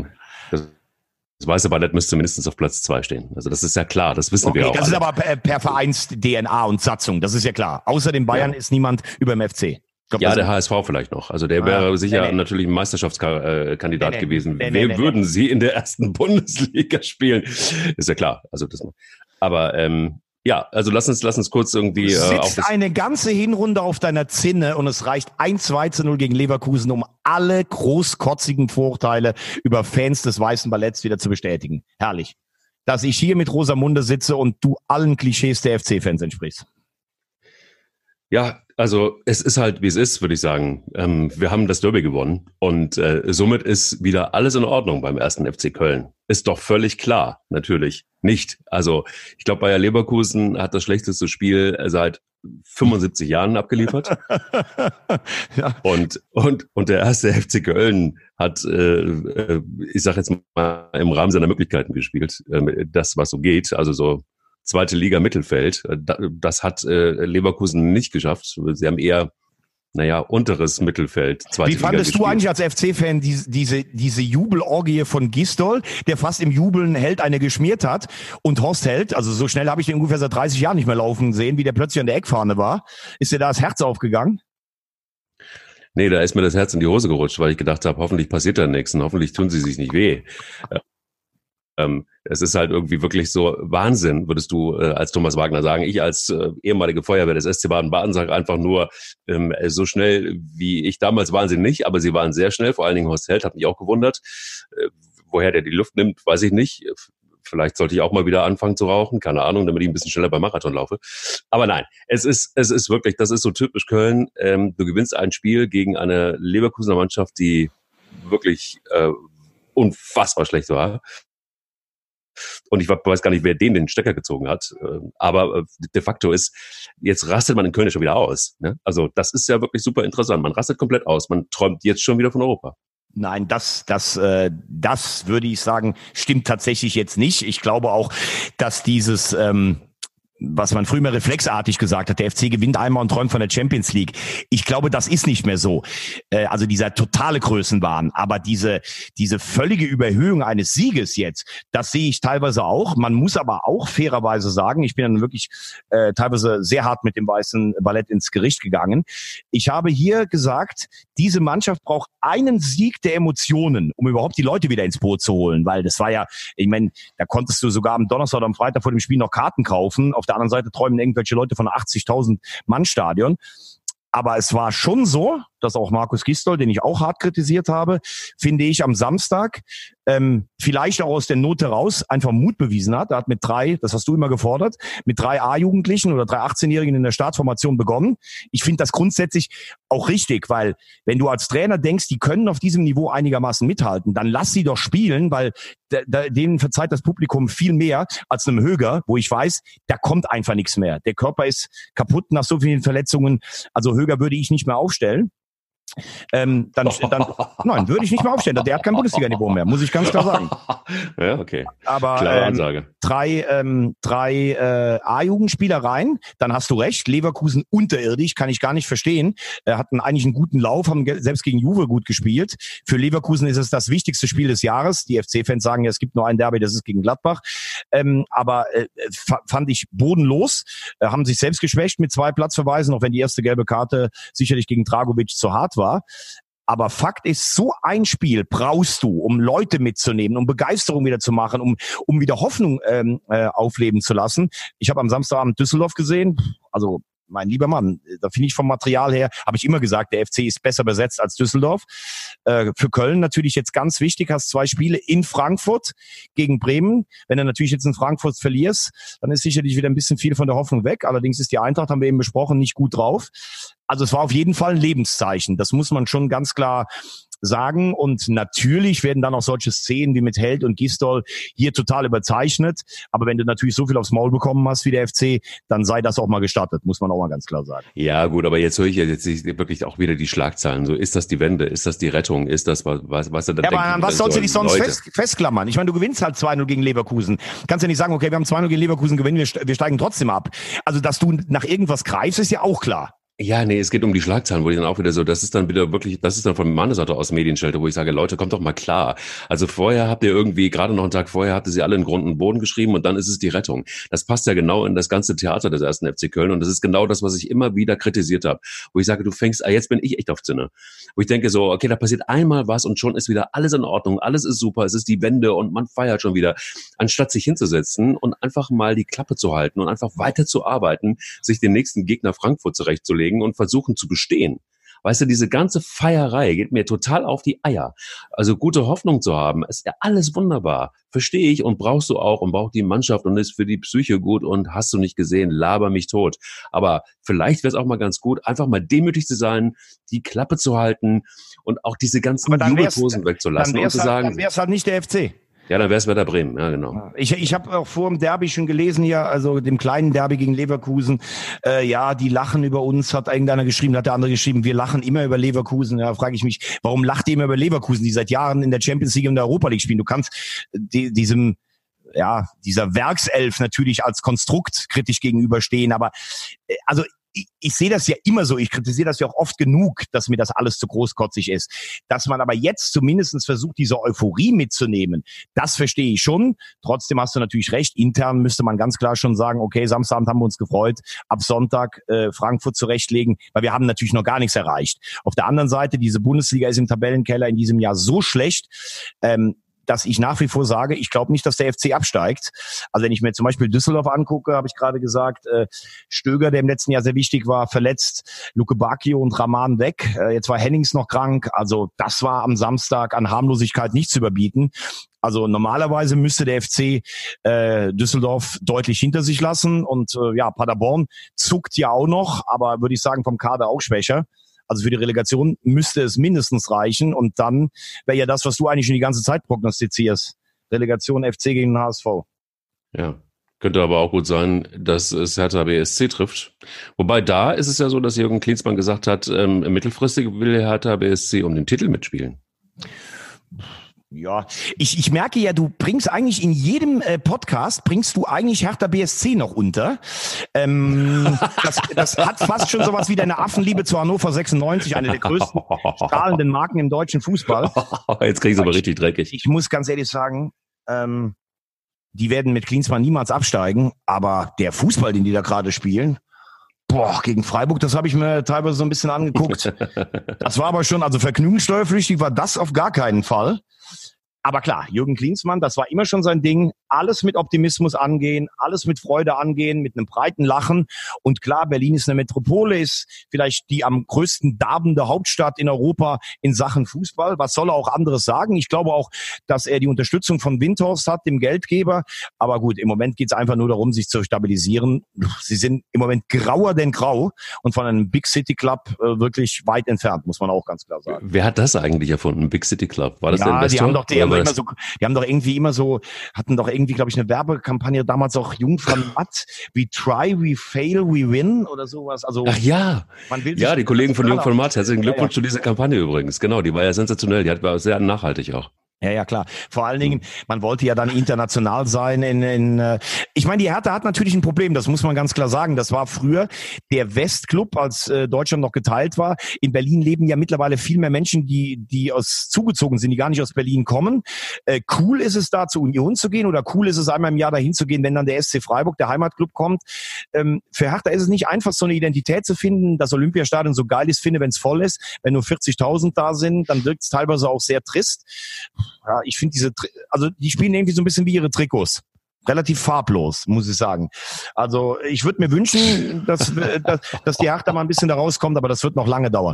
das Weiße Ballett müsste mindestens auf Platz 2 stehen. Also das ist ja klar, das wissen wir auch.
Das ist aber per Vereins-DNA und Satzung, das ist ja klar. Außer den Bayern ist niemand über dem FC.
Ja, der HSV vielleicht noch. Also der wäre sicher natürlich ein Meisterschaftskandidat gewesen. Würden sie in der ersten Bundesliga spielen? Ist ja klar. Also das. Aber ja, also lass uns kurz irgendwie.
Du sitzt eine ganze Hinrunde auf deiner Zinne und es reicht 1-2-0 gegen Leverkusen, um alle großkotzigen Vorurteile über Fans des Weißen Balletts wieder zu bestätigen. Herrlich. Dass ich hier mit Rosamunde sitze und du allen Klischees der FC-Fans entsprichst.
Ja, also es ist halt, wie es ist, würde ich sagen. Wir haben das Derby gewonnen und somit ist wieder alles in Ordnung beim ersten FC Köln. Ist doch völlig klar, natürlich nicht. Also ich glaube, Bayer Leverkusen hat das schlechteste Spiel seit 75 Jahren abgeliefert. Ja. Und der erste FC Köln hat, ich sage jetzt mal, im Rahmen seiner Möglichkeiten gespielt. Das, was so geht, also so zweite Liga Mittelfeld. Das hat Leverkusen nicht geschafft. Sie haben eher, unteres Mittelfeld.
Wie fandest du eigentlich als FC-Fan diese Jubelorgie von Gisdol, der fast im Jubeln Held eine geschmiert hat und Horst Held, also so schnell habe ich den ungefähr seit 30 Jahren nicht mehr laufen sehen, wie der plötzlich an der Eckfahne war. Ist dir da das Herz aufgegangen?
Nee, da ist mir das Herz in die Hose gerutscht, weil ich gedacht habe, hoffentlich passiert da nichts und hoffentlich tun sie sich nicht weh. Es ist halt irgendwie wirklich so Wahnsinn, würdest du als Thomas Wagner sagen. Ich als ehemalige Feuerwehr des SC Baden-Baden sage einfach nur, so schnell wie ich damals waren sie nicht, aber sie waren sehr schnell, vor allen Dingen Horst Held, hat mich auch gewundert. Woher der die Luft nimmt, weiß ich nicht. Vielleicht sollte ich auch mal wieder anfangen zu rauchen, keine Ahnung, damit ich ein bisschen schneller beim Marathon laufe. Aber nein, es ist wirklich, das ist so typisch Köln. Du gewinnst ein Spiel gegen eine Leverkusener Mannschaft, die wirklich unfassbar schlecht war. Und ich weiß gar nicht, wer den Stecker gezogen hat. Aber de facto ist, jetzt rastet man in Köln schon wieder aus. Ne? Also das ist ja wirklich super interessant. Man rastet komplett aus. Man träumt jetzt schon wieder von Europa.
Nein, das würde ich sagen, stimmt tatsächlich jetzt nicht. Ich glaube auch, dass dieses was man früher reflexartig gesagt hat, der FC gewinnt einmal und träumt von der Champions League. Ich glaube, das ist nicht mehr so. Also dieser totale Größenwahn. Aber diese völlige Überhöhung eines Sieges jetzt, das sehe ich teilweise auch. Man muss aber auch fairerweise sagen, ich bin dann wirklich teilweise sehr hart mit dem weißen Ballett ins Gericht gegangen. Ich habe hier gesagt, diese Mannschaft braucht einen Sieg der Emotionen, um überhaupt die Leute wieder ins Boot zu holen. Weil das war ja, ich meine, da konntest du sogar am Donnerstag oder am Freitag vor dem Spiel noch Karten kaufen. Auf der anderen Seite träumen irgendwelche Leute von 80.000 Mann Stadion. Aber es war schon so, dass auch Markus Gisdol, den ich auch hart kritisiert habe, finde ich am Samstag vielleicht auch aus der Not heraus einfach Mut bewiesen hat. Er hat mit 3, das hast du immer gefordert, mit 3 A-Jugendlichen oder 3 18-Jährigen in der Startformation begonnen. Ich finde das grundsätzlich auch richtig, weil wenn du als Trainer denkst, die können auf diesem Niveau einigermaßen mithalten, dann lass sie doch spielen, weil denen verzeiht das Publikum viel mehr als einem Höger, wo ich weiß, da kommt einfach nichts mehr. Der Körper ist kaputt nach so vielen Verletzungen. Also Höger würde ich nicht mehr aufstellen. Nein, würde ich nicht mehr aufstellen. Der hat kein Bundesliga-Niveau mehr, muss ich ganz klar sagen.
Ja, okay.
Aber
klare Ansage.
3 A-Jugendspieler rein, dann hast du recht. Leverkusen unterirdisch, kann ich gar nicht verstehen. Hatten eigentlich einen guten Lauf, haben selbst gegen Juve gut gespielt. Für Leverkusen ist es das wichtigste Spiel des Jahres. Die FC-Fans sagen ja, es gibt nur ein Derby, das ist gegen Gladbach. Aber fand ich bodenlos. Haben sich selbst geschwächt mit 2 Platzverweisen, auch wenn die erste gelbe Karte sicherlich gegen Dragovic zu hart war. Aber Fakt ist, so ein Spiel brauchst du, um Leute mitzunehmen, um Begeisterung wieder zu machen, um wieder Hoffnung aufleben zu lassen. Ich habe am Samstagabend Düsseldorf gesehen, also mein lieber Mann, da finde ich vom Material her, habe ich immer gesagt, der FC ist besser besetzt als Düsseldorf. Für Köln natürlich jetzt ganz wichtig, hast 2 Spiele in Frankfurt gegen Bremen. Wenn du natürlich jetzt in Frankfurt verlierst, dann ist sicherlich wieder ein bisschen viel von der Hoffnung weg. Allerdings ist die Eintracht, haben wir eben besprochen, nicht gut drauf. Also es war auf jeden Fall ein Lebenszeichen. Das muss man schon ganz klar sagen. Und natürlich werden dann auch solche Szenen wie mit Held und Gisdol hier total überzeichnet. Aber wenn du natürlich so viel aufs Maul bekommen hast wie der FC, dann sei das auch mal gestattet, muss man auch mal ganz klar sagen.
Ja gut, aber jetzt höre ich ja jetzt wirklich auch wieder die Schlagzeilen. So, ist das die Wende? Ist das die Rettung? Ist das was er dann
denkt? Ja, aber was sollst du dich sonst festklammern? Ich meine, du gewinnst halt 2-0 gegen Leverkusen. Kannst ja nicht sagen, okay, wir haben 2-0 gegen Leverkusen gewinnen, wir steigen trotzdem ab. Also, dass du nach irgendwas greifst, ist ja auch klar.
Ja, nee, es geht um die Schlagzeilen, wo ich dann auch wieder so, das ist dann von meiner Seite aus Medienschelte, wo ich sage, Leute, kommt doch mal klar. Also vorher habt ihr irgendwie, gerade noch einen Tag vorher, habt ihr sie alle in Grund und Boden geschrieben und dann ist es die Rettung. Das passt ja genau in das ganze Theater des 1. FC Köln und das ist genau das, was ich immer wieder kritisiert habe. Wo ich sage, jetzt bin ich echt auf Zinne. Wo ich denke so, okay, da passiert einmal was und schon ist wieder alles in Ordnung, alles ist super, es ist die Wende und man feiert schon wieder. Anstatt sich hinzusetzen und einfach mal die Klappe zu halten und einfach weiter zu arbeiten, sich den nächsten Gegner Frankfurt zurechtzulegen und versuchen zu bestehen. Weißt du, diese ganze Feierei geht mir total auf die Eier. Also gute Hoffnung zu haben, ist ja alles wunderbar. Verstehe ich und brauchst du auch und braucht die Mannschaft und ist für die Psyche gut und hast du nicht gesehen, laber mich tot. Aber vielleicht wäre es auch mal ganz gut, einfach mal demütig zu sein, die Klappe zu halten und auch diese ganzen Jubelposen wegzulassen und zu sagen,
dann wär's halt nicht der FC.
Ja, dann wäre es Werder Bremen, ja genau.
Ich habe auch vor dem Derby schon gelesen hier, also dem kleinen Derby gegen Leverkusen, die lachen über uns, hat irgendeiner geschrieben, hat der andere geschrieben, wir lachen immer über Leverkusen. Ja, frage ich mich, warum lacht ihr immer über Leverkusen, die seit Jahren in der Champions League und der Europa League spielen? Du kannst dieser Werkself natürlich als Konstrukt kritisch gegenüberstehen, aber also ich sehe das ja immer so, ich kritisiere das ja auch oft genug, dass mir das alles zu großkotzig ist. Dass man aber jetzt zumindest versucht, diese Euphorie mitzunehmen, das verstehe ich schon. Trotzdem hast du natürlich recht, intern müsste man ganz klar schon sagen, okay, Samstagabend haben wir uns gefreut, ab Sonntag Frankfurt zurechtlegen, weil wir haben natürlich noch gar nichts erreicht. Auf der anderen Seite, diese Bundesliga ist im Tabellenkeller in diesem Jahr so schlecht, dass ich nach wie vor sage, ich glaube nicht, dass der FC absteigt. Also wenn ich mir zum Beispiel Düsseldorf angucke, habe ich gerade gesagt, Stöger, der im letzten Jahr sehr wichtig war, verletzt, Luke Bacchio und Rahman weg. Jetzt war Hennings noch krank. Also das war am Samstag an Harmlosigkeit nicht zu überbieten. Also normalerweise müsste der FC Düsseldorf deutlich hinter sich lassen. Und Paderborn zuckt ja auch noch, aber würde ich sagen vom Kader auch schwächer. Also für die Relegation müsste es mindestens reichen und dann wäre ja das, was du eigentlich schon die ganze Zeit prognostizierst, Relegation FC gegen den HSV.
Ja. Könnte aber auch gut sein, dass es Hertha BSC trifft. Wobei da ist es ja so, dass Jürgen Klinsmann gesagt hat, mittelfristig will Hertha BSC um den Titel mitspielen.
Ja, ich merke ja, du bringst eigentlich in jedem Podcast, bringst du eigentlich Hertha BSC noch unter. Das hat fast schon sowas wie deine Affenliebe zu Hannover 96, eine der größten strahlenden Marken im deutschen Fußball.
Jetzt kriegst du aber richtig dreckig.
Ich muss ganz ehrlich sagen, die werden mit Klinsmann niemals absteigen, aber der Fußball, den die da gerade spielen, gegen Freiburg, das habe ich mir teilweise so ein bisschen angeguckt. Das war aber schon, also vergnügungssteuerpflichtig war das auf gar keinen Fall. Aber klar, Jürgen Klinsmann, das war immer schon sein Ding. Alles mit Optimismus angehen, alles mit Freude angehen, mit einem breiten Lachen. Und klar, Berlin ist eine Metropole, ist vielleicht die am größten darbende Hauptstadt in Europa in Sachen Fußball. Was soll er auch anderes sagen? Ich glaube auch, dass er die Unterstützung von Windhorst hat, dem Geldgeber. Aber gut, im Moment geht es einfach nur darum, sich zu stabilisieren. Sie sind im Moment grauer denn grau und von einem Big City Club wirklich weit entfernt, muss man auch ganz klar sagen.
Wer hat das eigentlich erfunden, Big City Club? War das der Investor?
Die haben doch irgendwie immer so, hatten doch irgendwie, glaube ich, eine Werbekampagne, damals auch Jungfern Matt, we try, we fail, we win oder sowas. Also,
ach ja,
man will
ja, die Kollegen von Jungfern Matt, herzlichen Glückwunsch
ja.
zu dieser Kampagne übrigens. Genau, die war ja sensationell, die war sehr nachhaltig auch.
Ja, klar. Vor allen Dingen, man wollte ja dann international sein. Ich meine, die Hertha hat natürlich ein Problem, das muss man ganz klar sagen. Das war früher der Westclub, als Deutschland noch geteilt war. In Berlin leben ja mittlerweile viel mehr Menschen, die zugezogen sind, die gar nicht aus Berlin kommen. Cool ist es da, zur Union zu gehen, oder cool ist es einmal im Jahr dahin zu gehen, wenn dann der SC Freiburg, der Heimatclub, kommt. Für Hertha ist es nicht einfach, so eine Identität zu finden. Das Olympiastadion so geil ist, finde, wenn es voll ist. Wenn nur 40.000 da sind, dann wirkt es teilweise auch sehr trist. Ja, ich finde die spielen irgendwie so ein bisschen wie ihre Trikots. Relativ farblos, muss ich sagen. Also ich würde mir wünschen, dass die Hertha mal ein bisschen da rauskommt, aber das wird noch lange dauern.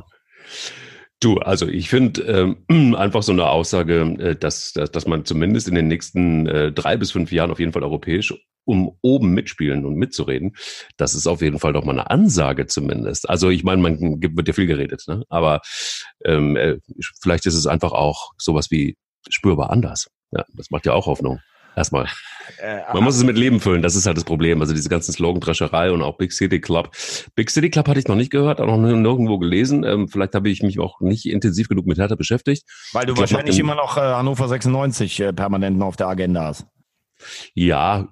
Du, also ich finde einfach so eine Aussage, dass man zumindest in den nächsten 3 bis 5 Jahren auf jeden Fall europäisch oben mitspielen und mitzureden, das ist auf jeden Fall doch mal eine Ansage zumindest. Also ich meine, wird ja viel geredet, ne? Aber vielleicht ist es einfach auch sowas wie spürbar anders. Ja, das macht ja auch Hoffnung. Erstmal. Man muss es mit Leben füllen, das ist halt das Problem. Also diese ganzen Slogandrescherei und auch Big City Club. Big City Club hatte ich noch nicht gehört, auch noch nirgendwo gelesen. Vielleicht habe ich mich auch nicht intensiv genug mit Hertha beschäftigt.
Weil du wahrscheinlich immer noch Hannover 96 permanent noch auf der Agenda hast.
Ja,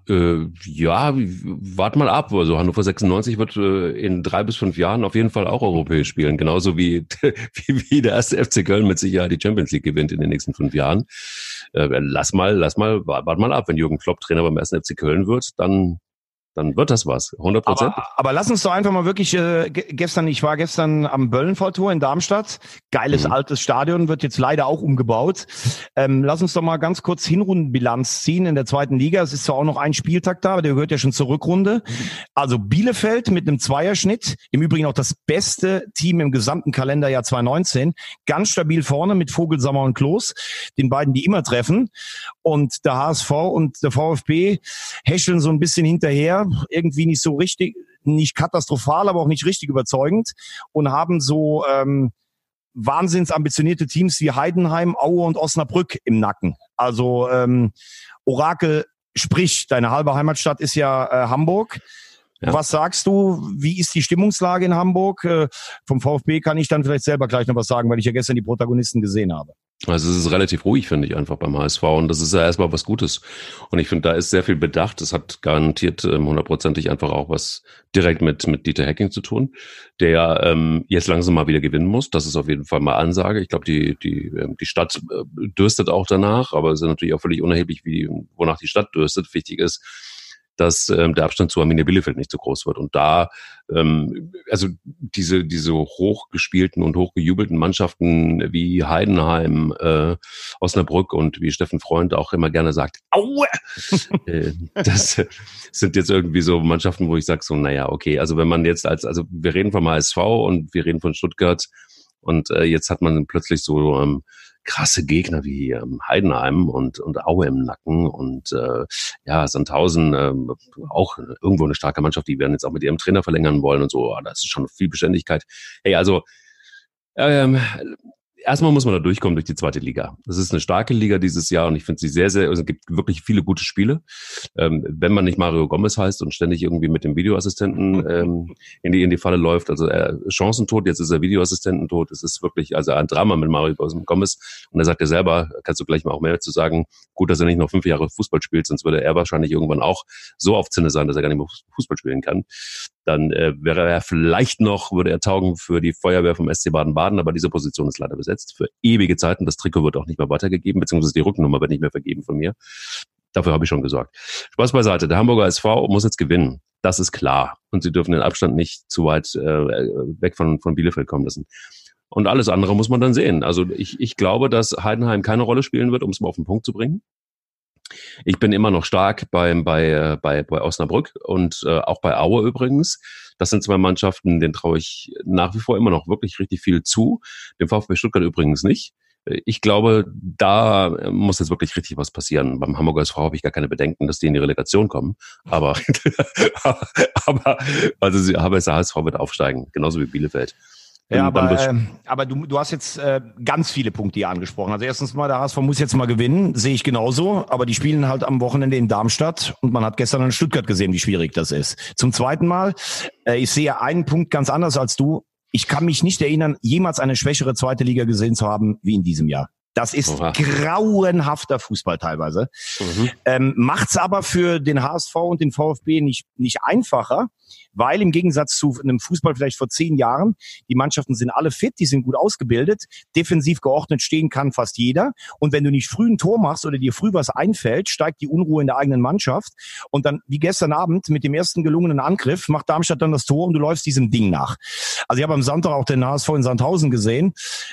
wart mal ab. Also Hannover 96 wird in 3 bis 5 Jahren auf jeden Fall auch europäisch spielen. Genauso wie der erste FC Köln mit Sicherheit die Champions League gewinnt in den nächsten 5 Jahren. Wart mal ab. Wenn Jürgen Klopp Trainer beim ersten FC Köln wird, dann wird das was. 100%.
Aber lass uns doch einfach mal wirklich, ich war gestern am Böllenfalltor in Darmstadt. Geiles altes Stadion, wird jetzt leider auch umgebaut. Lass uns doch mal ganz kurz Hinrundenbilanz ziehen in der 2. Liga. Es ist zwar auch noch ein Spieltag da, aber der gehört ja schon zur Rückrunde. Also Bielefeld mit einem Zweierschnitt. Im Übrigen auch das beste Team im gesamten Kalenderjahr 2019. Ganz stabil vorne mit Vogelsammer und Klos. Den beiden, die immer treffen. Und der HSV und der VfB häscheln so ein bisschen hinterher. Irgendwie nicht so richtig, nicht katastrophal, aber auch nicht richtig überzeugend, und haben so wahnsinns ambitionierte Teams wie Heidenheim, Aue und Osnabrück im Nacken. Also Orakel, sprich, deine halbe Heimatstadt ist ja Hamburg. Ja. Was sagst du? Wie ist die Stimmungslage in Hamburg? Vom VfB kann ich dann vielleicht selber gleich noch was sagen, weil ich ja gestern die Protagonisten gesehen habe.
Also es ist relativ ruhig, finde ich, einfach beim HSV, und das ist ja erstmal was Gutes. Und ich finde, da ist sehr viel Bedacht. Das hat garantiert 100%ig einfach auch was direkt mit Dieter Hecking zu tun, der jetzt langsam mal wieder gewinnen muss. Das ist auf jeden Fall mal Ansage. Ich glaube, die Stadt dürstet auch danach, aber es ist natürlich auch völlig unerheblich, wonach die Stadt dürstet. Wichtig ist, dass der Abstand zu Arminia Bielefeld nicht so groß wird. Und da, also diese hochgespielten und hochgejubelten Mannschaften wie Heidenheim, Osnabrück und wie Steffen Freund auch immer gerne sagt, Aue! Das sind jetzt irgendwie so Mannschaften, wo ich sage so, naja, okay, also wenn man jetzt also wir reden vom HSV und wir reden von Stuttgart, und jetzt hat man plötzlich so krasse Gegner wie Heidenheim und Aue im Nacken und Sandhausen, auch irgendwo eine starke Mannschaft, die werden jetzt auch mit ihrem Trainer verlängern wollen und so. Das ist schon viel Beständigkeit. Hey, also erstmal muss man da durchkommen durch die zweite Liga. Das ist eine starke Liga dieses Jahr und ich finde sie sehr, sehr, also es gibt wirklich viele gute Spiele. Wenn man nicht Mario Gomez heißt und ständig irgendwie mit dem Videoassistenten in die Falle läuft, also Chancentod, jetzt ist er Videoassistententod. Es ist wirklich also ein Drama mit Mario Gomez und er sagt ja selber, kannst du gleich mal auch mehr zu sagen, gut, dass er nicht noch 5 Jahre Fußball spielt, sonst würde er wahrscheinlich irgendwann auch so auf Zinne sein, dass er gar nicht mehr Fußball spielen kann. Dann wäre er vielleicht noch, würde er taugen für die Feuerwehr vom SC Baden-Baden, aber diese Position ist leider besetzt für ewige Zeiten. Das Trikot wird auch nicht mehr weitergegeben, beziehungsweise die Rückennummer wird nicht mehr vergeben von mir. Dafür habe ich schon gesorgt. Spaß beiseite. Der Hamburger SV muss jetzt gewinnen. Das ist klar. Und sie dürfen den Abstand nicht zu weit weg von Bielefeld kommen lassen. Und alles andere muss man dann sehen. Also ich glaube, dass Heidenheim keine Rolle spielen wird, um es mal auf den Punkt zu bringen. Ich bin immer noch stark bei Osnabrück und auch bei Aue übrigens. Das sind 2 Mannschaften, denen traue ich nach wie vor immer noch wirklich richtig viel zu. Dem VfB Stuttgart übrigens nicht. Ich glaube, da muss jetzt wirklich richtig was passieren. Beim Hamburger SV habe ich gar keine Bedenken, dass die in die Relegation kommen. Aber also der HSV wird aufsteigen, genauso wie Bielefeld.
Ja, aber du hast jetzt ganz viele Punkte hier angesprochen. Also erstens mal, der HSV muss jetzt mal gewinnen, sehe ich genauso. Aber die spielen halt am Wochenende in Darmstadt und man hat gestern in Stuttgart gesehen, wie schwierig das ist. Zum zweiten Mal, ich sehe einen Punkt ganz anders als du. Ich kann mich nicht erinnern, jemals eine schwächere zweite Liga gesehen zu haben wie in diesem Jahr. Das ist grauenhafter Fußball teilweise. Macht's aber für den HSV und den VfB nicht einfacher, weil im Gegensatz zu einem Fußball vielleicht vor 10 Jahren, die Mannschaften sind alle fit, die sind gut ausgebildet, defensiv geordnet stehen kann fast jeder. Und wenn du nicht früh ein Tor machst oder dir früh was einfällt, steigt die Unruhe in der eigenen Mannschaft. Und dann, wie gestern Abend, mit dem ersten gelungenen Angriff, macht Darmstadt dann das Tor und du läufst diesem Ding nach. Also ich habe am Sonntag auch den HSV in Sandhausen gesehen.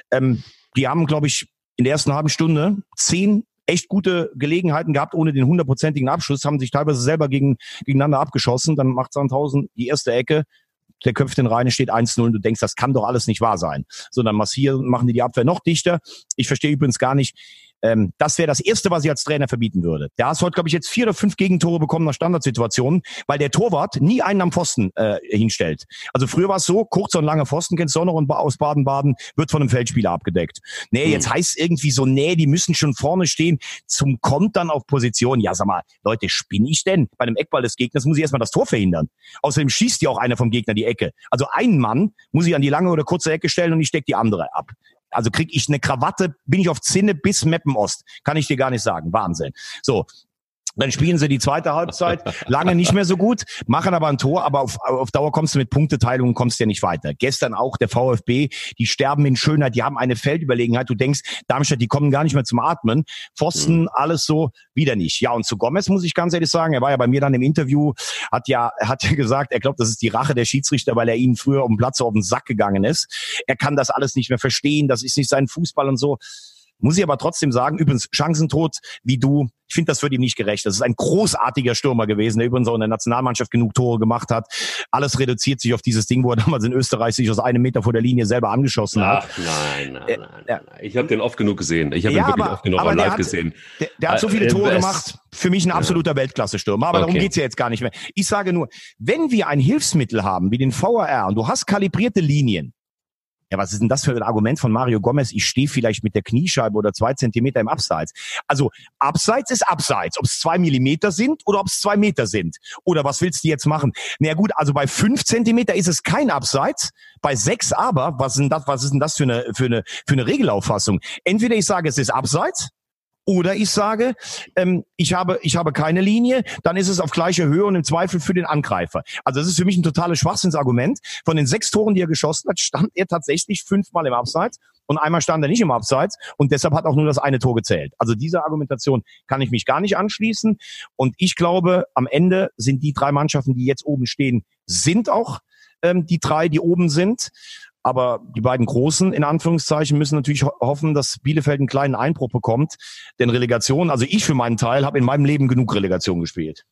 Die haben, glaube ich, in der ersten halben Stunde 10 echt gute Gelegenheiten gehabt, ohne den 100%igen Abschuss, haben sich teilweise selber gegeneinander abgeschossen. Dann macht Sandhausen die erste Ecke, der köpft den rein, es steht 1-0 und du denkst, das kann doch alles nicht wahr sein. So, dann machen die Abwehr noch dichter. Ich verstehe übrigens gar nicht, das wäre das Erste, was ich als Trainer verbieten würde. Der HSV hat, glaube ich, jetzt 4 oder 5 Gegentore bekommen nach Standardsituationen, weil der Torwart nie einen am Pfosten hinstellt. Also früher war es so, kurzer und langer Pfosten, kennst du auch noch, und aus Baden-Baden wird von einem Feldspieler abgedeckt. Nee, jetzt heißt es irgendwie so, nee, die müssen schon vorne stehen zum Kontern auf Position. Ja, sag mal, Leute, spinne ich denn? Bei einem Eckball des Gegners muss ich erstmal das Tor verhindern. Außerdem schießt ja auch einer vom Gegner die Ecke. Also einen Mann muss ich an die lange oder kurze Ecke stellen und ich stecke die andere ab. Also krieg ich eine Krawatte, bin ich auf Zinne bis Meppen-Ost. Kann ich dir gar nicht sagen. Wahnsinn. So. Dann spielen sie die zweite Halbzeit lange nicht mehr so gut, machen aber ein Tor, aber auf Dauer kommst du mit Punkteteilung, kommst ja nicht weiter. Gestern auch der VfB, die sterben in Schönheit, die haben eine Feldüberlegenheit. Du denkst, Darmstadt, die kommen gar nicht mehr zum Atmen. Pfosten, alles so, wieder nicht. Ja, und zu Gomez muss ich ganz ehrlich sagen, er war ja bei mir dann im Interview, hat ja gesagt, er glaubt, das ist die Rache der Schiedsrichter, weil er ihnen früher auf dem Platz auf den Sack gegangen ist. Er kann das alles nicht mehr verstehen, das ist nicht sein Fußball und so. Muss ich aber trotzdem sagen, übrigens Chancentod wie du, ich finde, das wird ihm nicht gerecht. Das ist ein großartiger Stürmer gewesen, der übrigens auch in der Nationalmannschaft genug Tore gemacht hat. Alles reduziert sich auf dieses Ding, wo er damals in Österreich sich aus 1 Meter vor der Linie selber angeschossen hat.
Nein. Ich habe den oft genug gesehen. Ich habe ihn wirklich oft genug auch live gesehen.
Der hat so viele Tore gemacht. Für mich ein absoluter Weltklasse-Stürmer. Aber darum geht's ja jetzt gar nicht mehr. Ich sage nur, wenn wir ein Hilfsmittel haben, wie den VAR, und du hast kalibrierte Linien, ja, was ist denn das für ein Argument von Mario Gomez? Ich stehe vielleicht mit der Kniescheibe oder 2 Zentimeter im Abseits. Also Abseits ist Abseits. Ob es 2 Millimeter sind oder ob es 2 Meter sind. Oder was willst du jetzt machen? Na gut, also bei 5 Zentimeter ist es kein Abseits. Bei 6 aber, was ist denn das für eine Regelauffassung? Entweder ich sage, es ist Abseits, oder ich sage, ich habe keine Linie, dann ist es auf gleicher Höhe und im Zweifel für den Angreifer. Also das ist für mich ein totales Schwachsinnsargument. Von den 6 Toren, die er geschossen hat, stand er tatsächlich 5-mal im Abseits und einmal stand er nicht im Abseits und deshalb hat auch nur das eine Tor gezählt. Also dieser Argumentation kann ich mich gar nicht anschließen und ich glaube, am Ende sind die 3 Mannschaften, die jetzt oben stehen, sind auch die 3, die oben sind. Aber die beiden Großen, in Anführungszeichen, müssen natürlich hoffen, dass Bielefeld einen kleinen Einbruch bekommt. Denn Relegation, also ich für meinen Teil, habe in meinem Leben genug Relegation gespielt.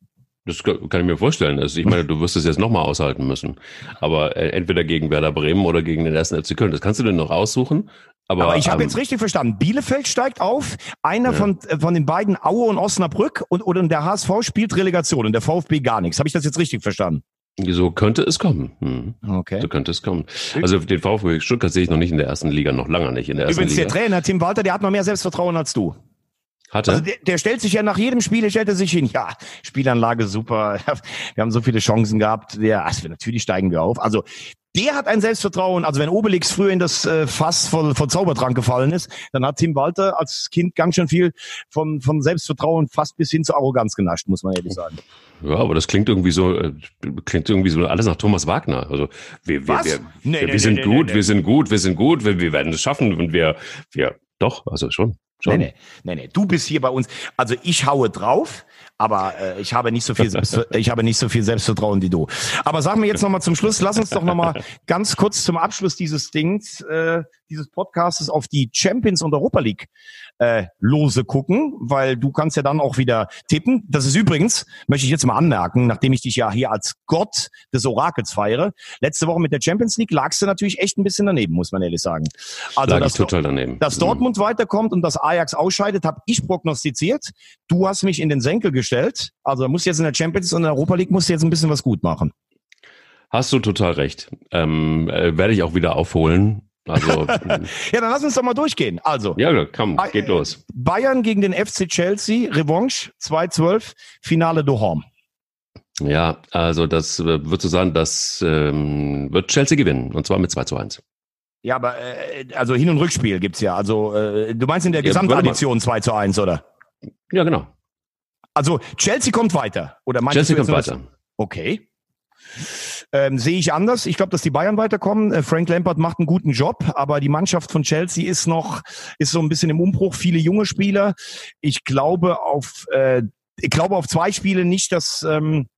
Das kann ich mir vorstellen. Also ich meine, du wirst es jetzt nochmal aushalten müssen. Aber entweder gegen Werder Bremen oder gegen den 1. FC Köln. Das kannst du dir noch aussuchen. Aber
ich habe jetzt richtig verstanden. Bielefeld steigt auf. Einer von den beiden, Aue und Osnabrück. Und der HSV spielt Relegation und der VfB gar nichts. Habe ich das jetzt richtig verstanden?
So könnte es kommen.
Okay.
So könnte es kommen. Also den VfB Stuttgart sehe ich noch nicht in der ersten Liga, noch lange nicht in der ersten
Übrigens,
Liga.
der Trainer, Tim Walter, der hat noch mehr Selbstvertrauen als du.
Hat er?
Also der stellt sich ja nach jedem Spiel, stellt er sich hin, ja, Spielanlage super, wir haben so viele Chancen gehabt, natürlich steigen wir auf. Also der hat ein Selbstvertrauen, also wenn Obelix früher in das Fass von Zaubertrank gefallen ist, dann hat Tim Walter als Kind ganz schön viel von Selbstvertrauen fast bis hin zur Arroganz genascht, muss man ehrlich sagen.
Ja, aber das klingt irgendwie so alles nach Thomas Wagner. Also wir sind gut, wir werden es schaffen und wir doch, also schon.
Nee. Du bist hier bei uns. Also ich haue drauf, aber ich habe nicht so viel Selbstvertrauen wie du. Aber sagen wir jetzt nochmal zum Schluss, lass uns doch nochmal ganz kurz zum Abschluss dieses Dings, dieses Podcastes auf die Champions und Europa League Lose gucken, weil du kannst ja dann auch wieder tippen. Das ist übrigens, möchte ich jetzt mal anmerken, nachdem ich dich ja hier als Gott des Orakels feiere, letzte Woche mit der Champions League lagst du natürlich echt ein bisschen daneben, muss man ehrlich sagen. Also
lag ich total daneben.
Dass Dortmund weiterkommt und dass Ajax ausscheidet, habe ich prognostiziert. Du hast mich in den Senkel gestellt. Also musst jetzt in der Champions und in der Europa League musst du jetzt ein bisschen was gut machen.
Hast du total recht. Werde ich auch wieder aufholen. Also
ja, dann lass uns doch mal durchgehen. Also,
ja, komm, geht los.
Bayern gegen den FC Chelsea, Revanche, 2-12, Finale Dohorn.
Ja, also das wird so sein, das wird Chelsea gewinnen, und zwar mit 2-1.
Ja, aber also Hin- und Rückspiel gibt's ja. Also du meinst in der Gesamtaddition 2-1, oder?
Ja, genau.
Also Chelsea kommt weiter, oder meinst
Chelsea kommt weiter.
Okay. Sehe ich anders. Ich glaube, dass die Bayern weiterkommen. Frank Lampard macht einen guten Job, aber die Mannschaft von Chelsea ist so ein bisschen im Umbruch. Viele junge Spieler. Ich glaube auf zwei Spiele nicht, dass sie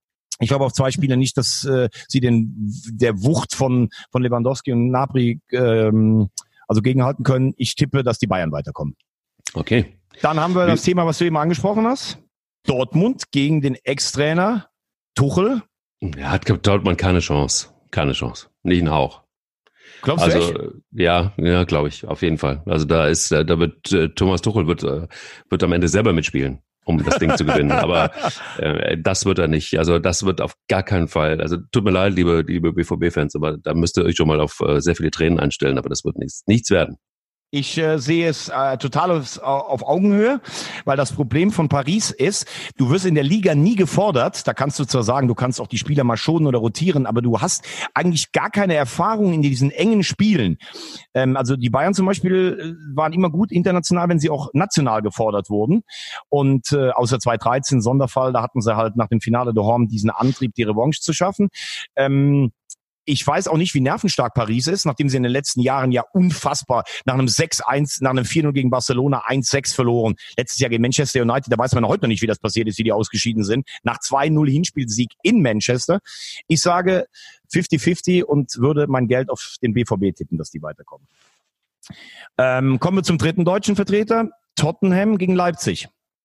der Wucht von Lewandowski und Gnabry also gegenhalten können. Ich tippe, dass die Bayern weiterkommen.
Okay.
Dann haben wir das Thema, was du eben angesprochen hast. Dortmund gegen den Ex-Trainer Tuchel.
Ja, hat Dortmund keine Chance. Keine Chance. Nicht ein Hauch.
Glaubst du echt?
Ja, glaube ich, auf jeden Fall. Also da wird Thomas Tuchel wird am Ende selber mitspielen, um das Ding zu gewinnen. Aber das wird er nicht. Also das wird auf gar keinen Fall. Also tut mir leid, liebe BVB-Fans, aber da müsst ihr euch schon mal auf sehr viele Tränen einstellen. Aber das wird nichts werden.
Ich sehe es total auf Augenhöhe, weil das Problem von Paris ist, du wirst in der Liga nie gefordert. Da kannst du zwar sagen, du kannst auch die Spieler mal schonen oder rotieren, aber du hast eigentlich gar keine Erfahrung in diesen engen Spielen. Also die Bayern zum Beispiel waren immer gut international, wenn sie auch national gefordert wurden. Und außer 2013 Sonderfall, da hatten sie halt nach dem Finale de Horn diesen Antrieb, die Revanche zu schaffen. Ich weiß auch nicht, wie nervenstark Paris ist, nachdem sie in den letzten Jahren ja unfassbar nach einem 6-1, nach einem 4-0 gegen Barcelona 1-6 verloren. Letztes Jahr gegen Manchester United, da weiß man heute noch nicht, wie das passiert ist, wie die ausgeschieden sind. Nach 2-0 Hinspielsieg in Manchester. Ich sage 50-50 und würde mein Geld auf den BVB tippen, dass die weiterkommen. Kommen wir zum dritten deutschen Vertreter. Tottenham gegen Leipzig.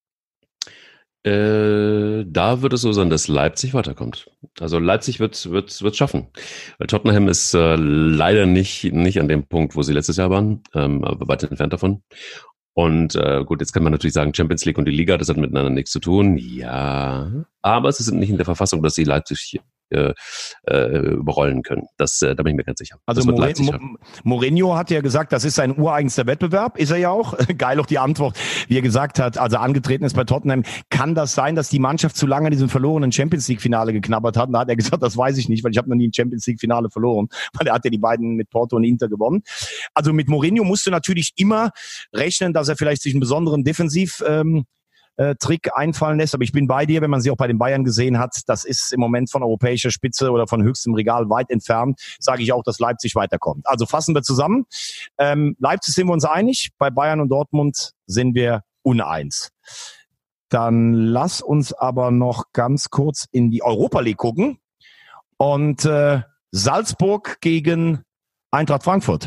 Da wird es so sein, dass Leipzig weiterkommt. Also Leipzig wird schaffen. Weil Tottenham ist leider nicht an dem Punkt, wo sie letztes Jahr waren, aber weit entfernt davon. Und gut, jetzt kann man natürlich sagen, Champions League und die Liga, das hat miteinander nichts zu tun. Ja, aber sie sind nicht in der Verfassung, dass sie Leipzig überrollen können. Da bin ich mir ganz sicher.
Also Mourinho hat ja gesagt, das ist sein ureigenster Wettbewerb, ist er ja auch. Geil auch die Antwort, wie er gesagt hat, als er angetreten ist bei Tottenham. Kann das sein, dass die Mannschaft zu lange an diesem verlorenen Champions-League-Finale geknabbert hat? Da hat er gesagt, das weiß ich nicht, weil ich habe noch nie ein Champions-League-Finale verloren, weil er hat ja die beiden mit Porto und Inter gewonnen. Also mit Mourinho musst du natürlich immer rechnen, dass er vielleicht sich einen besonderen Defensiv Trick einfallen lässt, aber ich bin bei dir, wenn man sie auch bei den Bayern gesehen hat, das ist im Moment von europäischer Spitze oder von höchstem Regal weit entfernt, sage ich auch, dass Leipzig weiterkommt. Also fassen wir zusammen. Leipzig sind wir uns einig, bei Bayern und Dortmund sind wir uneins. Dann lass uns aber noch ganz kurz in die Europa League gucken und Salzburg gegen Eintracht Frankfurt.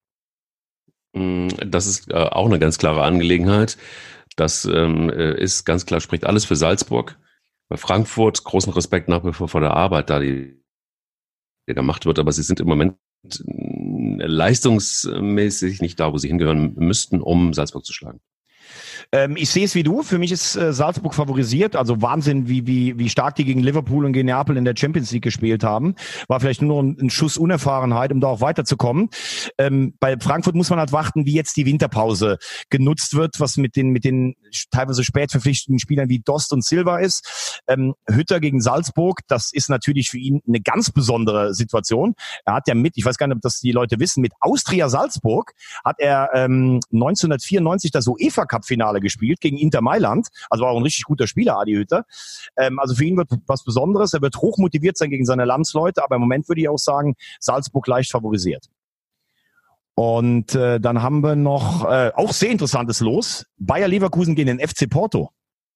Das ist auch eine ganz klare Angelegenheit. Das ist ganz klar, spricht alles für Salzburg. Bei Frankfurt großen Respekt nach wie vor der Arbeit, die gemacht wird, aber sie sind im Moment leistungsmäßig nicht da, wo sie hingehören müssten, um Salzburg zu schlagen.
Ich sehe es wie du. Für mich ist Salzburg favorisiert. Also Wahnsinn, wie stark die gegen Liverpool und gegen Neapel in der Champions League gespielt haben. War vielleicht nur noch ein Schuss Unerfahrenheit, um da auch weiterzukommen. Bei Frankfurt muss man halt warten, wie jetzt die Winterpause genutzt wird, was mit den teilweise spät verpflichteten Spielern wie Dost und Silva ist. Hütter gegen Salzburg, das ist natürlich für ihn eine ganz besondere Situation. Er hat ja ich weiß gar nicht, ob das die Leute wissen, mit Austria Salzburg hat er 1994 das UEFA-Cup-Finale gespielt gegen Inter Mailand. Also war auch ein richtig guter Spieler, Adi Hütter. Also für ihn wird was Besonderes. Er wird hochmotiviert sein gegen seine Landsleute, aber im Moment würde ich auch sagen, Salzburg leicht favorisiert. Und dann haben wir noch auch sehr interessantes Los. Bayer Leverkusen gegen den FC Porto.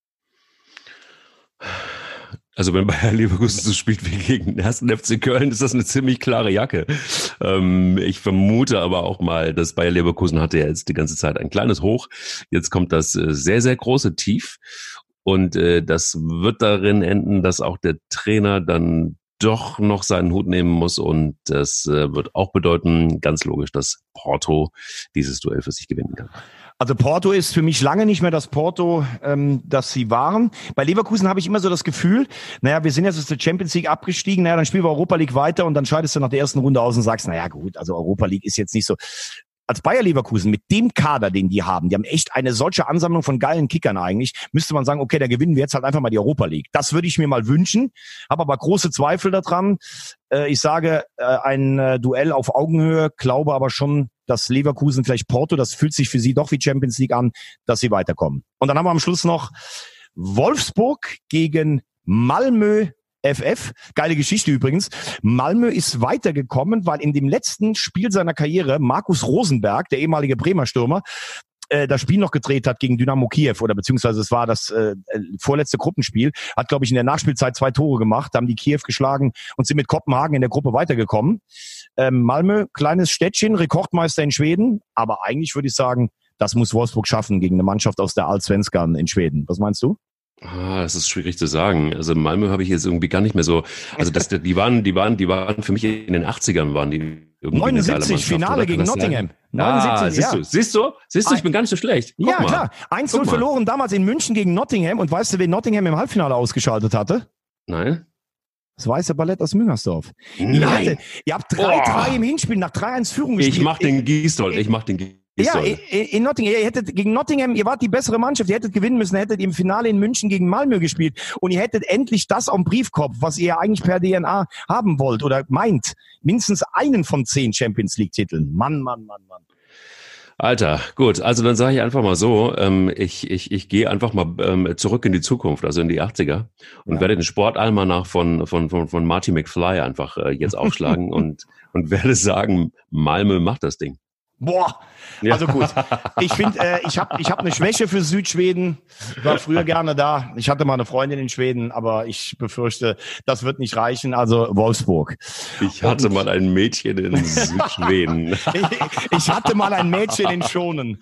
Also wenn Bayer Leverkusen so spielt wie gegen den ersten FC Köln, ist das eine ziemlich klare Jacke. Ich vermute aber auch mal, dass Bayer Leverkusen hatte ja jetzt die ganze Zeit ein kleines Hoch. Jetzt kommt das sehr, sehr große Tief. Und das wird darin enden, dass auch der Trainer dann doch noch seinen Hut nehmen muss. Und das wird auch bedeuten, ganz logisch, dass Porto dieses Duell für sich gewinnen kann.
Also Porto ist für mich lange nicht mehr das Porto, das sie waren. Bei Leverkusen habe ich immer so das Gefühl, wir sind jetzt aus der Champions League abgestiegen, dann spielen wir Europa League weiter und dann scheidest du nach der ersten Runde aus und sagst, gut, also Europa League ist jetzt nicht so. Als Bayer Leverkusen mit dem Kader, den die haben echt eine solche Ansammlung von geilen Kickern eigentlich, müsste man sagen, okay, da gewinnen wir jetzt halt einfach mal die Europa League. Das würde ich mir mal wünschen, habe aber große Zweifel daran. Ich sage, ein Duell auf Augenhöhe, glaube aber schon, dass Leverkusen, vielleicht Porto, das fühlt sich für sie doch wie Champions League an, dass sie weiterkommen. Und dann haben wir am Schluss noch Wolfsburg gegen Malmö FF. Geile Geschichte übrigens. Malmö ist weitergekommen, weil in dem letzten Spiel seiner Karriere Markus Rosenberg, der ehemalige Bremer Stürmer, das Spiel noch gedreht hat gegen Dynamo Kiew oder beziehungsweise es war das vorletzte Gruppenspiel, hat, glaube ich, in der Nachspielzeit 2 Tore gemacht, haben die Kiew geschlagen und sind mit Kopenhagen in der Gruppe weitergekommen. Malmö, kleines Städtchen, Rekordmeister in Schweden, aber eigentlich würde ich sagen, das muss Wolfsburg schaffen gegen eine Mannschaft aus der Allsvenskan in Schweden. Was meinst du?
Das ist schwierig zu sagen. Also Malmö habe ich jetzt irgendwie gar nicht mehr so, also die waren für mich in den 80ern waren die irgendwie
79 Finale gegen Nottingham. 79,
siehst du, ich bin gar nicht so schlecht. Guck mal.
Klar. 1-0 verloren damals in München gegen Nottingham und weißt du, wen Nottingham im Halbfinale ausgeschaltet hatte?
Nein.
Das Weiße Ballett aus Müngersdorf.
Nein.
Ihr habt 3-3 im Hinspiel nach 3-1 Führung gespielt.
Ich mach den Gießdoll.
Ja, in Nottingham. Ihr hättet gegen Nottingham, ihr wart die bessere Mannschaft, ihr hättet gewinnen müssen, hättet im Finale in München gegen Malmö gespielt und ihr hättet endlich das am Briefkopf, was ihr eigentlich per DNA haben wollt oder meint. Mindestens einen von 10 Champions League Titeln. Mann.
Alter, gut, also dann sage ich einfach mal so, ich gehe einfach mal zurück in die Zukunft, also in die 80er und werde den Sportalmanach von Marty McFly einfach jetzt aufschlagen und werde sagen, Malmö macht das Ding.
Boah, also gut. Ich finde, ich hab eine Schwäche für Südschweden. War früher gerne da. Ich hatte mal eine Freundin in Schweden, aber ich befürchte, das wird nicht reichen. Also Wolfsburg.
Ich hatte mal ein Mädchen in Südschweden.
Ich hatte mal ein Mädchen in Schonen.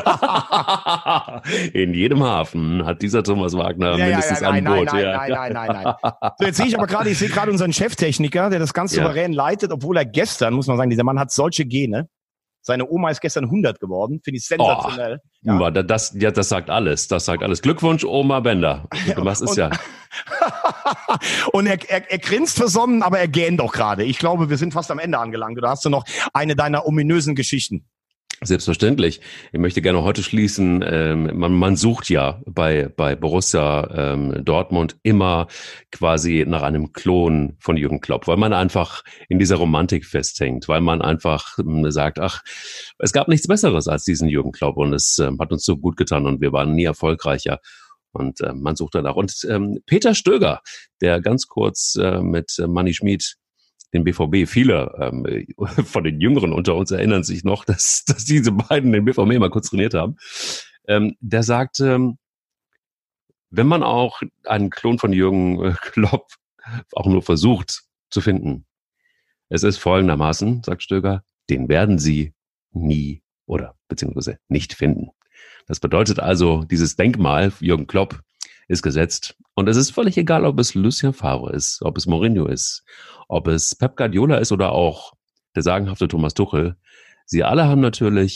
In jedem Hafen hat dieser Thomas Wagner mindestens ein Boot.
Nein. So, jetzt sehe ich aber gerade, unseren Cheftechniker, der das ganz souverän leitet, obwohl er gestern, muss man sagen, dieser Mann hat solche Gene. Seine Oma ist gestern 100 geworden. Finde ich sensationell.
Das sagt alles. Das sagt alles. Glückwunsch, Oma Bender. Was ist ja?
Und er grinst versonnen, aber er gähnt doch gerade. Ich glaube, wir sind fast am Ende angelangt. Oder hast du noch eine deiner ominösen Geschichten?
Selbstverständlich. Ich möchte gerne heute schließen. Man sucht ja bei Borussia Dortmund immer quasi nach einem Klon von Jürgen Klopp, weil man einfach in dieser Romantik festhängt, weil man einfach sagt, ach, es gab nichts Besseres als diesen Jürgen Klopp und es hat uns so gut getan und wir waren nie erfolgreicher. Und man sucht danach. Und Peter Stöger, der ganz kurz mit Manni Schmid den BVB, viele von den Jüngeren unter uns erinnern sich noch, dass diese beiden den BVB mal kurz trainiert haben. Der sagt, wenn man auch einen Klon von Jürgen Klopp auch nur versucht zu finden, es ist folgendermaßen, sagt Stöger, den werden sie nie oder beziehungsweise nicht finden. Das bedeutet also, dieses Denkmal Jürgen Klopp ist gesetzt. Und es ist völlig egal, ob es Lucien Favre ist, ob es Mourinho ist, ob es Pep Guardiola ist oder auch der sagenhafte Thomas Tuchel. Sie alle haben natürlich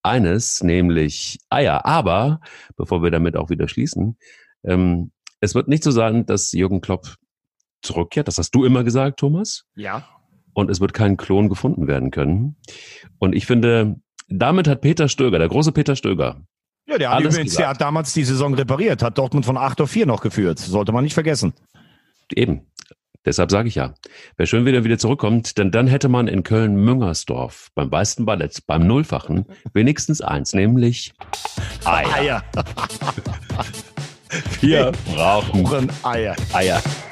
eines, nämlich Eier. Aber, bevor wir damit auch wieder schließen, es wird nicht so sein, dass Jürgen Klopp zurückkehrt. Das hast du immer gesagt, Thomas.
Ja.
Und es wird kein Klon gefunden werden können. Und ich finde, damit hat Peter Stöger, der große Peter Stöger,
Ja, der hat damals die Saison repariert, hat Dortmund von 8 auf 4 noch geführt. Sollte man nicht vergessen.
Eben. Deshalb sage ich ja. Wäre schön, wenn er wieder zurückkommt, denn dann hätte man in Köln-Müngersdorf beim Weißen Ballett, beim Nullfachen, wenigstens eins, nämlich Eier.
Eier.
Wir brauchen
Eier.
Eier.